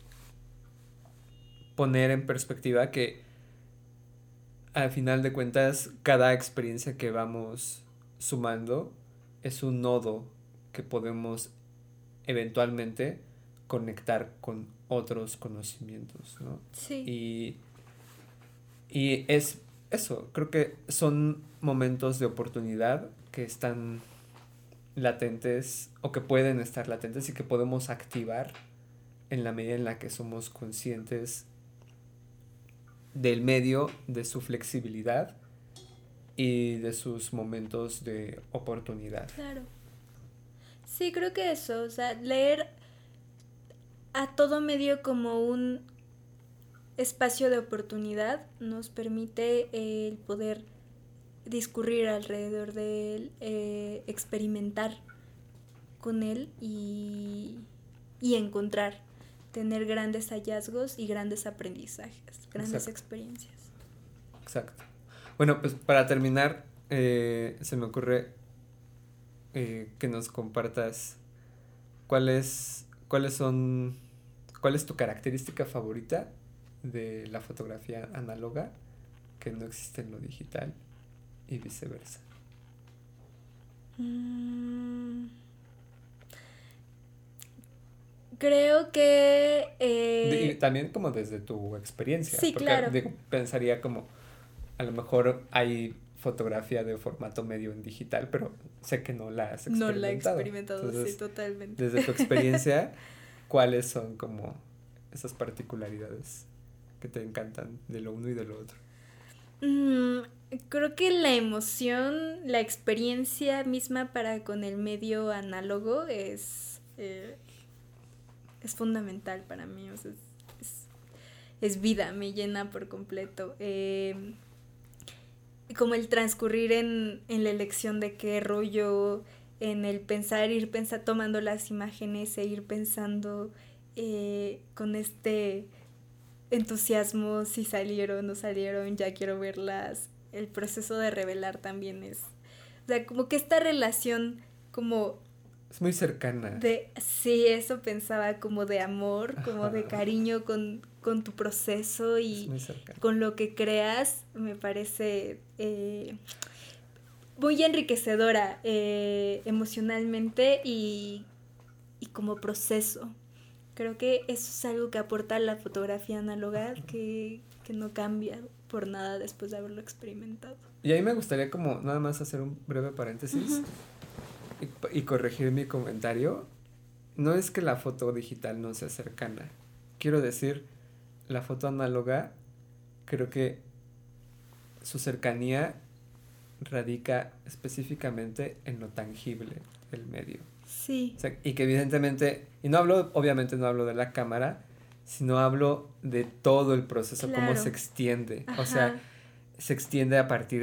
poner en perspectiva que al final de cuentas cada experiencia que vamos sumando es un nodo que podemos eventualmente conectar con otros conocimientos, ¿no? Sí. Y es eso, creo que son momentos de oportunidad que están latentes o que pueden estar latentes y que podemos activar en la medida en la que somos conscientes del medio, de su flexibilidad y de sus momentos de oportunidad. Claro. Sí, creo que eso, o sea, leer a todo medio como un espacio de oportunidad nos permite el poder discurrir alrededor de él, experimentar con él y encontrar, tener grandes hallazgos y grandes aprendizajes, grandes Exacto. experiencias. Exacto. Bueno, pues para terminar, se me ocurre que nos compartas cuál es tu característica favorita de la fotografía análoga que no existe en lo digital y viceversa. Creo que... Y también como desde tu experiencia. Sí, porque claro. Pensaría como, a lo mejor hay fotografía de formato medio en digital, pero sé que no la has experimentado. No la he experimentado, entonces, sí, totalmente. Desde tu experiencia, ¿cuáles son como esas particularidades que te encantan de lo uno y de lo otro? Creo que la emoción, la experiencia misma para con el medio análogo es fundamental para mí, o sea, es vida, me llena por completo. Como el transcurrir en la elección de qué rollo, en el pensar, tomando las imágenes e ir pensando con este entusiasmo, si salieron o no salieron, ya quiero verlas. El proceso de revelar también es, o sea, como que esta relación como es muy cercana. Sí, eso pensaba, como de amor, como Ajá. de cariño con tu proceso y con lo que creas, me parece muy enriquecedora emocionalmente y como proceso. Creo que eso es algo que aporta la fotografía análoga que no cambia por nada después de haberlo experimentado. Y ahí me gustaría como nada más hacer un breve paréntesis. Y corregir mi comentario. No es que la foto digital no sea cercana. Quiero decir, la foto análoga, creo que su cercanía radica específicamente en lo tangible del medio. Sí. O sea, y que evidentemente, obviamente no hablo de la cámara, sino hablo de todo el proceso, claro, cómo se extiende. Ajá. O sea, se extiende a partir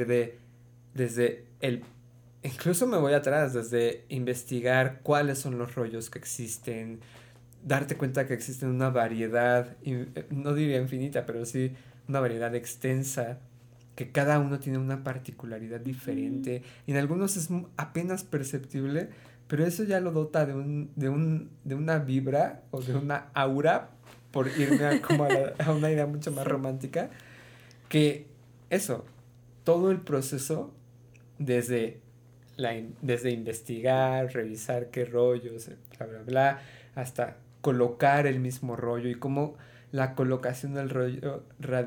incluso me voy atrás, desde investigar cuáles son los rollos que existen, darte cuenta que existen una variedad, no diría infinita, pero sí una variedad extensa, que cada uno tiene una particularidad diferente, y en algunos es apenas perceptible, pero eso ya lo dota de una vibra o de una aura, por irme a una idea mucho más romántica, que eso, todo el proceso desde investigar, revisar qué rollos, bla, bla, bla, hasta colocar el mismo rollo y cómo la colocación del rollo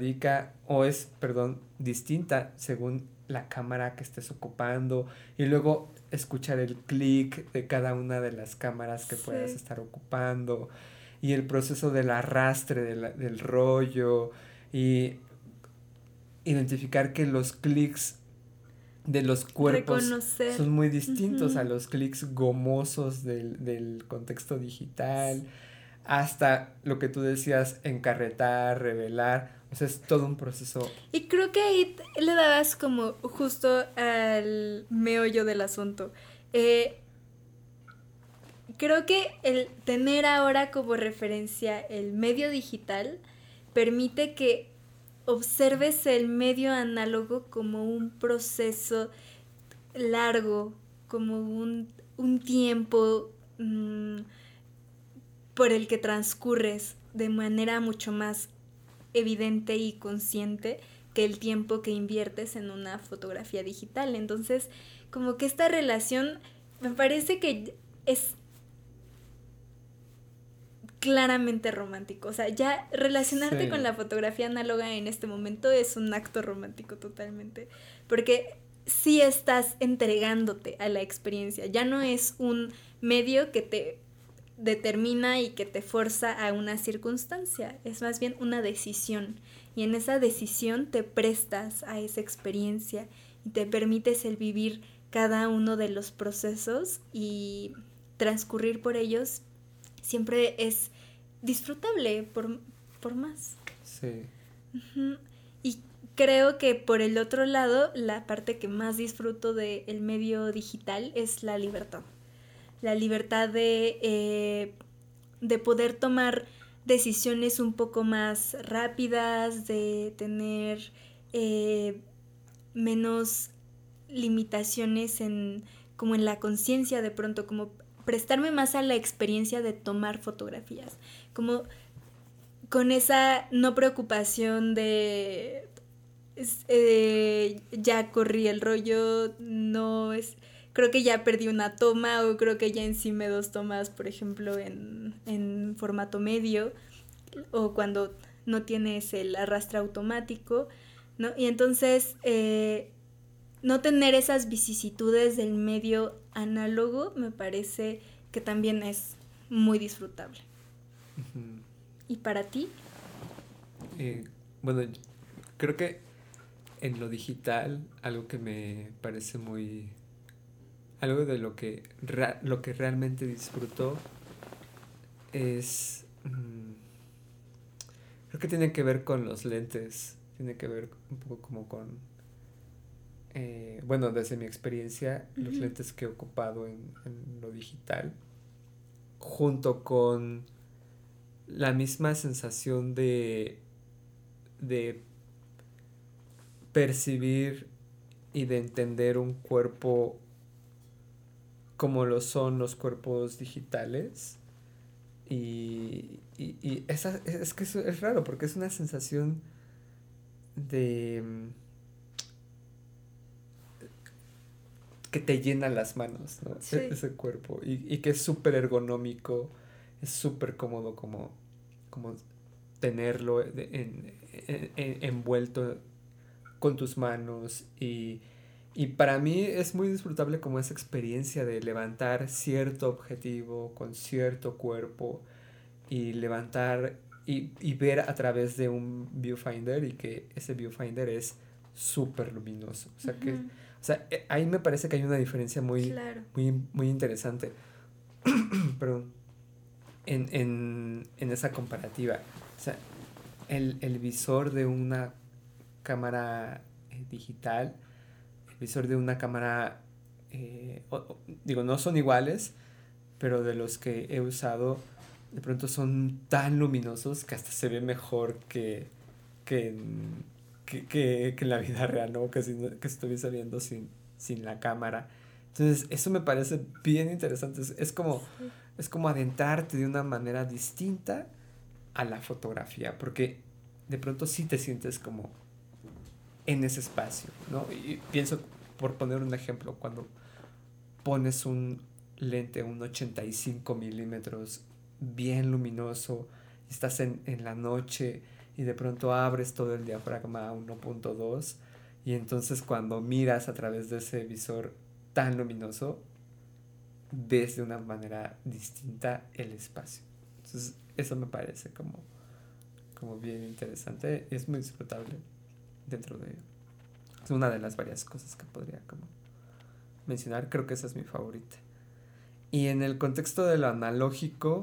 distinta según la cámara que estés ocupando, y luego escuchar el clic de cada una de las cámaras que puedas estar ocupando, y el proceso del arrastre del rollo, y identificar que los clics de los cuerpos son muy distintos a los clics gomosos del contexto digital, hasta lo que tú decías, encarretar, revelar, o sea, es todo un proceso. Y creo que ahí le dabas como justo al meollo del asunto. creo que el tener ahora como referencia el medio digital permite que observes el medio análogo como un proceso largo, como un tiempo por el que transcurres de manera mucho más evidente y consciente que el tiempo que inviertes en una fotografía digital. Entonces, como que esta relación me parece que es claramente romántico. O sea, ya relacionarte con la fotografía análoga en este momento es un acto romántico totalmente. Porque sí estás entregándote a la experiencia. Ya no es un medio que te determina y que te forza a una circunstancia. Es más bien una decisión. Y en esa decisión te prestas a esa experiencia y te permites el vivir cada uno de los procesos y transcurrir por ellos siempre es disfrutable por más. Sí. Uh-huh. Y creo que por el otro lado, la parte que más disfruto del medio digital es la libertad. La libertad de poder tomar decisiones un poco más rápidas, de tener menos limitaciones como en la conciencia de pronto, como prestarme más a la experiencia de tomar fotografías, como con esa no preocupación de ya corrí el rollo, no es, creo que ya perdí una toma o creo que ya encimé 2 tomas, por ejemplo, en formato medio, o cuando no tienes el arrastre automático, ¿no? Y entonces no tener esas vicisitudes del medio análogo me parece que también es muy disfrutable. Uh-huh. ¿Y para ti? Bueno, creo que en lo digital algo que me parece muy... algo de lo que realmente disfruto es... creo que tiene que ver con los lentes, tiene que ver un poco como con... bueno, desde mi experiencia, uh-huh, los lentes que he ocupado en lo digital, junto con la misma sensación de percibir y de entender un cuerpo como lo son los cuerpos digitales. Y es que eso es raro porque es una sensación de que te llena las manos, ¿no? Sí. Ese cuerpo y que es súper ergonómico, es súper cómodo como tenerlo envuelto con tus manos y para mí es muy disfrutable como esa experiencia de levantar cierto objetivo con cierto cuerpo y levantar y ver a través de un viewfinder y que ese viewfinder es súper luminoso. O sea, uh-huh, que, o sea, ahí me parece que hay una diferencia muy, claro, muy interesante. Perdón. En esa comparativa. O sea, el visor de una cámara digital, el visor de una cámara, digo, no son iguales, pero de los que he usado, de pronto son tan luminosos que hasta se ve mejor que en la vida real, ¿no? Que estuviese viendo sin la cámara. Entonces, eso me parece bien interesante. Es como adentrarte de una manera distinta a la fotografía, porque de pronto sí te sientes como en ese espacio, ¿no? Y pienso, por poner un ejemplo, cuando pones un lente, un 85 milímetros bien luminoso, y estás en la noche y de pronto abres todo el diafragma a 1.2 y entonces cuando miras a través de ese visor tan luminoso, ves de una manera distinta el espacio. Entonces eso me parece como bien interesante, es muy disfrutable dentro de... Es una de las varias cosas que podría como mencionar, creo que esa es mi favorita. Y en el contexto de lo analógico,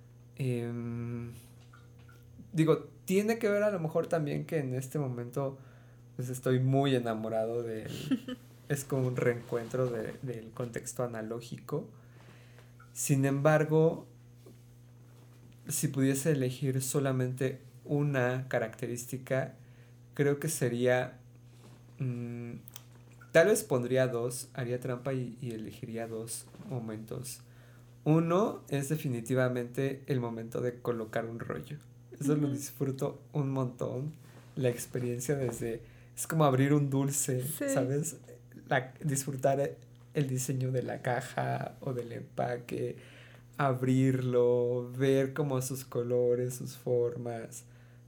digo, tiene que ver a lo mejor también que en este momento pues estoy muy enamorado de él. Es como un reencuentro del contexto analógico. Sin embargo, si pudiese elegir solamente una característica, creo que sería... tal vez pondría dos, haría trampa y elegiría dos momentos. Uno es definitivamente el momento de colocar un rollo. Eso lo disfruto un montón. La experiencia desde... Es como abrir un dulce, Sí. ¿sabes? Disfrutar el diseño de la caja o del empaque, abrirlo, ver como sus colores, sus formas,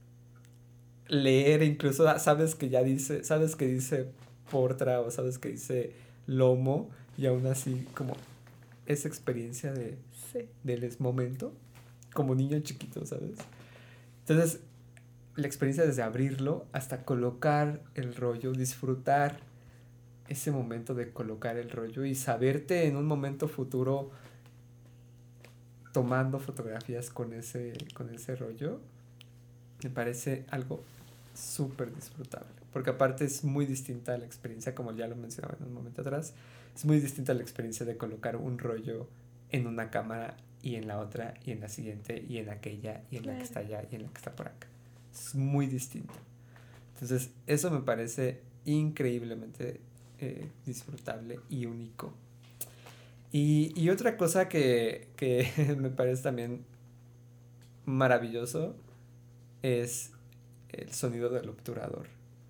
leer incluso, sabes que ya dice, sabes que dice portra o sabes que dice lomo y aún así como esa experiencia del momento como niño chiquito, ¿sabes? Entonces, la experiencia desde abrirlo hasta colocar el rollo, disfrutar ese momento de colocar el rollo y saberte en un momento futuro tomando fotografías con ese rollo, me parece algo súper disfrutable. Porque aparte es muy distinta a la experiencia, como ya lo mencionaba en un momento atrás, es muy distinta a la experiencia de colocar un rollo en una cámara y en la otra y en la siguiente y en aquella y en la que está allá y en la que está por acá. Es muy distinto. Entonces eso me parece increíblemente disfrutable y único. Y otra cosa que me parece también maravilloso es el sonido del obturador.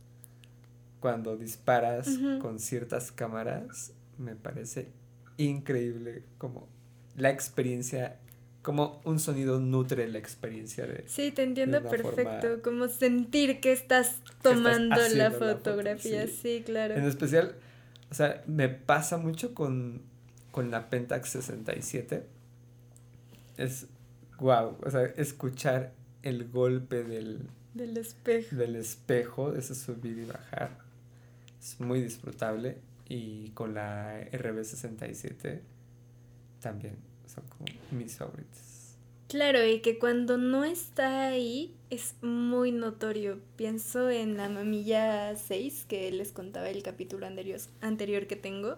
Cuando disparas con ciertas cámaras, me parece increíble como la experiencia, como un sonido nutre la experiencia de... Sí, te entiendo perfecto, como sentir que estás tomando la fotografía, sí, claro. En especial, o sea, me pasa mucho con la Pentax 67. Es wow, o sea, escuchar el golpe del espejo, ese subir y bajar, es muy disfrutable. Y con la RB67 también son como mis favoritos. Claro, y que cuando no está ahí es muy notorio. Pienso en la Mamilla 6 que les contaba el capítulo anterior que tengo.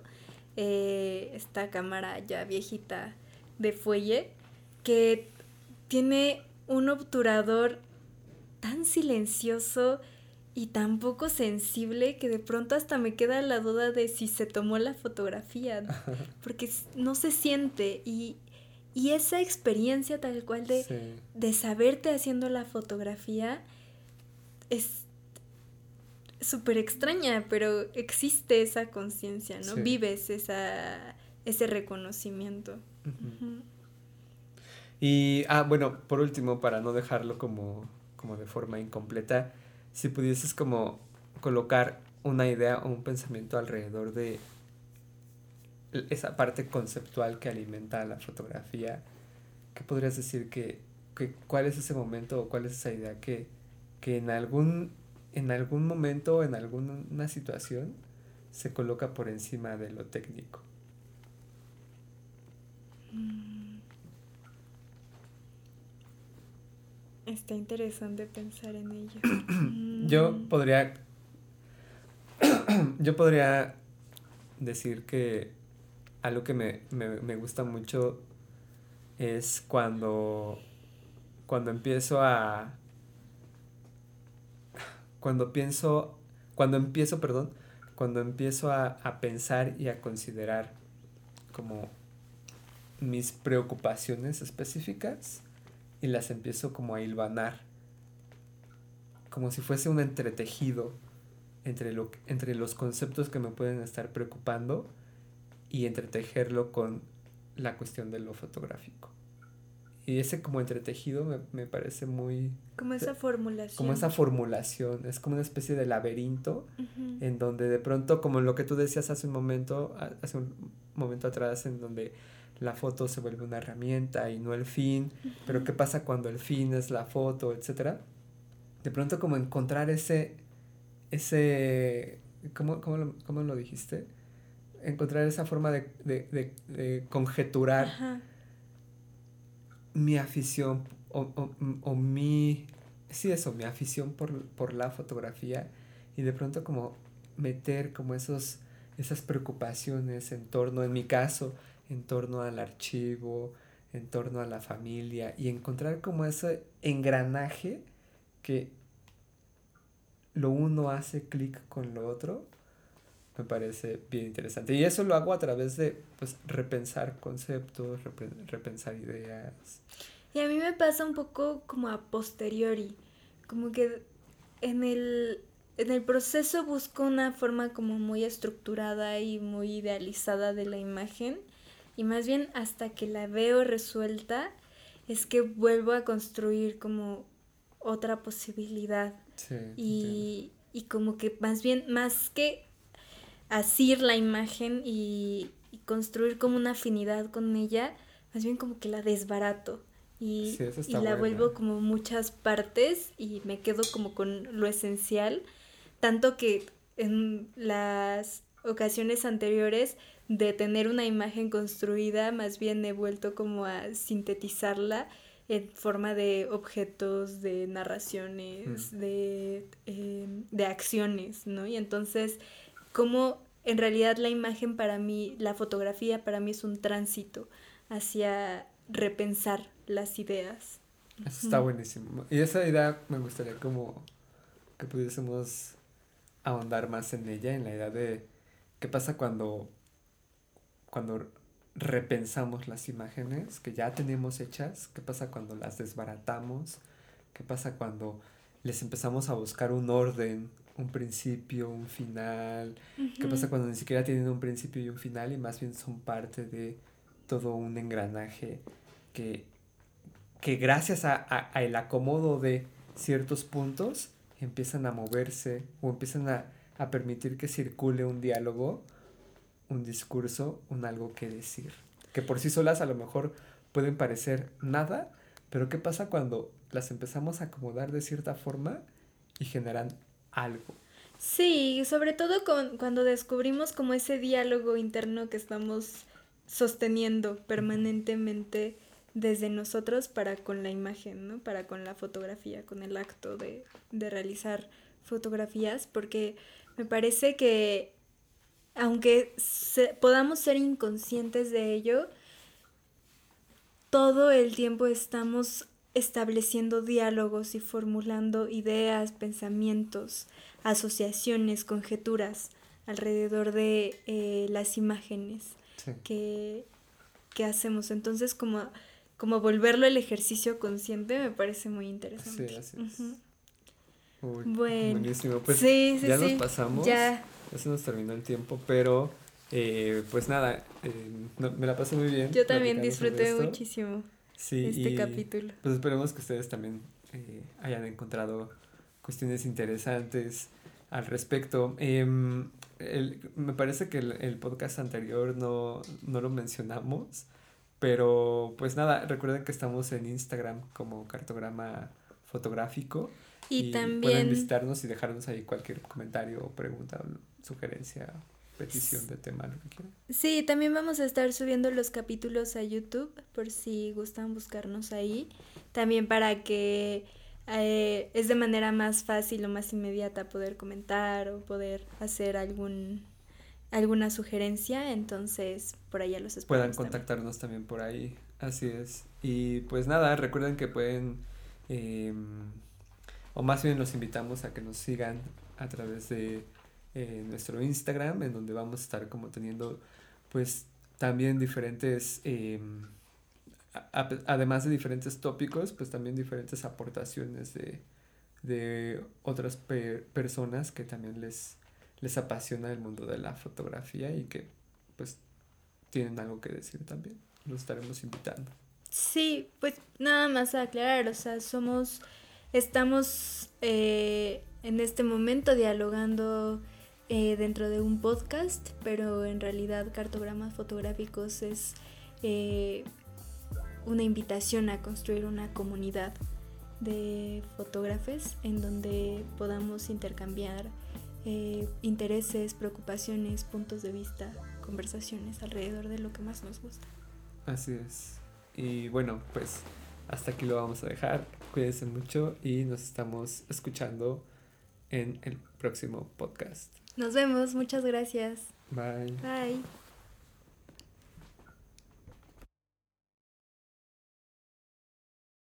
Esta cámara ya viejita de fuelle que tiene un obturador tan silencioso y tan poco sensible que de pronto hasta me queda la duda de si se tomó la fotografía, porque no se siente y esa experiencia tal cual de saberte haciendo la fotografía es súper extraña, pero existe esa conciencia, ¿no? Sí. Vives ese reconocimiento. Uh-huh. Y, bueno, por último, para no dejarlo como de forma incompleta, si pudieses como colocar una idea o un pensamiento alrededor de esa parte conceptual que alimenta la fotografía, ¿qué podrías decir cuál es ese momento o cuál es esa idea que en algún momento, en alguna situación, se coloca por encima de lo técnico? Está interesante pensar en ello. Yo podría decir que algo que me gusta mucho es cuando empiezo a pensar y a considerar como mis preocupaciones específicas y las empiezo como a hilvanar, como si fuese un entretejido entre los conceptos que me pueden estar preocupando y entretejerlo con la cuestión de lo fotográfico. Y ese como entretejido me parece muy... Como esa formulación. Es como una especie de laberinto, uh-huh, en donde de pronto, como lo que tú decías hace un momento atrás, en donde la foto se vuelve una herramienta y no el fin, uh-huh, pero ¿qué pasa cuando el fin es la foto, etcétera? De pronto como encontrar ese ¿cómo lo dijiste? Encontrar esa forma de conjeturar, uh-huh, mi afición mi afición por la fotografía y de pronto como meter como esas preocupaciones en torno, en mi caso, en torno al archivo, en torno a la familia y encontrar como ese engranaje que lo uno hace clic con lo otro, me parece bien interesante. Y eso lo hago a través de pues repensar conceptos, repensar ideas. Y a mí me pasa un poco como a posteriori, como que en el proceso busco una forma como muy estructurada y muy idealizada de la imagen, y más bien hasta que la veo resuelta es que vuelvo a construir como otra posibilidad. Sí, Y como que más bien, más que asir la imagen y construir como una afinidad con ella, más bien como que la desbarato sí, eso y está la buena. vuelvo como muchas partes y me quedo como con lo esencial, tanto que en las ocasiones anteriores de tener una imagen construida, más bien he vuelto como a sintetizarla en forma de objetos, de narraciones, de acciones, ¿no? Y entonces, como en realidad la imagen para mí, la fotografía para mí es un tránsito hacia repensar las ideas. Eso está buenísimo. Y esa idea me gustaría como que pudiésemos ahondar más en ella, en la idea de qué pasa cuando repensamos las imágenes que ya tenemos hechas, qué pasa cuando las desbaratamos, qué pasa cuando les empezamos a buscar un orden, un principio, un final, qué pasa cuando ni siquiera tienen un principio y un final y más bien son parte de todo un engranaje que, que gracias a el acomodo de ciertos puntos empiezan a moverse o empiezan a permitir que circule un diálogo, un discurso, un algo que decir. Que por sí solas a lo mejor pueden parecer nada, pero ¿qué pasa cuando las empezamos a acomodar de cierta forma y generan algo? Sí, sobre todo cuando descubrimos como ese diálogo interno que estamos sosteniendo permanentemente desde nosotros para con la imagen, ¿no? Para con la fotografía, con el acto de realizar fotografías, porque me parece que aunque podamos ser inconscientes de ello, todo el tiempo estamos estableciendo diálogos y formulando ideas, pensamientos, asociaciones, conjeturas alrededor de las imágenes Sí. que hacemos. Entonces, como volverlo el ejercicio consciente me parece muy interesante. Sí, así es. Uy, Bueno, buenísimo. Pues sí, ya nos sí, pasamos, ya. ya se nos terminó el tiempo, pero pues nada, me la pasé muy bien Yo también platicando sobre disfruté esto. muchísimo Sí, este y capítulo. pues esperemos que ustedes también hayan encontrado cuestiones interesantes al respecto. Me parece que el podcast anterior no lo mencionamos, pero pues nada, recuerden que estamos en Instagram como Cartograma Fotográfico Y y pueden también visitarnos y dejarnos ahí cualquier comentario o pregunta o sugerencia, petición de tema, lo que quieran. sí, también vamos a estar subiendo los capítulos a YouTube por si gustan buscarnos ahí. También para que es de manera más fácil o más inmediata poder comentar o poder hacer alguna sugerencia. Entonces, por allá los Puedan esperamos también. contactarnos también por ahí, así es. Y pues nada, recuerden que pueden, o más bien los invitamos a que nos sigan a través de nuestro Instagram, en donde vamos a estar como teniendo pues también diferentes, además de diferentes tópicos, pues también diferentes aportaciones de otras personas que también les apasiona el mundo de la fotografía y que pues tienen algo que decir también. Los estaremos invitando. Sí, pues nada más a aclarar, o sea, estamos en este momento dialogando dentro de un podcast, pero en realidad Cartogramas Fotográficos es eh, una invitación a construir una comunidad de fotógrafos en donde podamos intercambiar intereses, preocupaciones, puntos de vista, conversaciones alrededor de lo que más nos gusta. Así es. Y bueno, pues hasta aquí lo vamos a dejar. Cuídense mucho y nos estamos escuchando en el próximo podcast. Nos vemos, muchas gracias. Bye. Bye.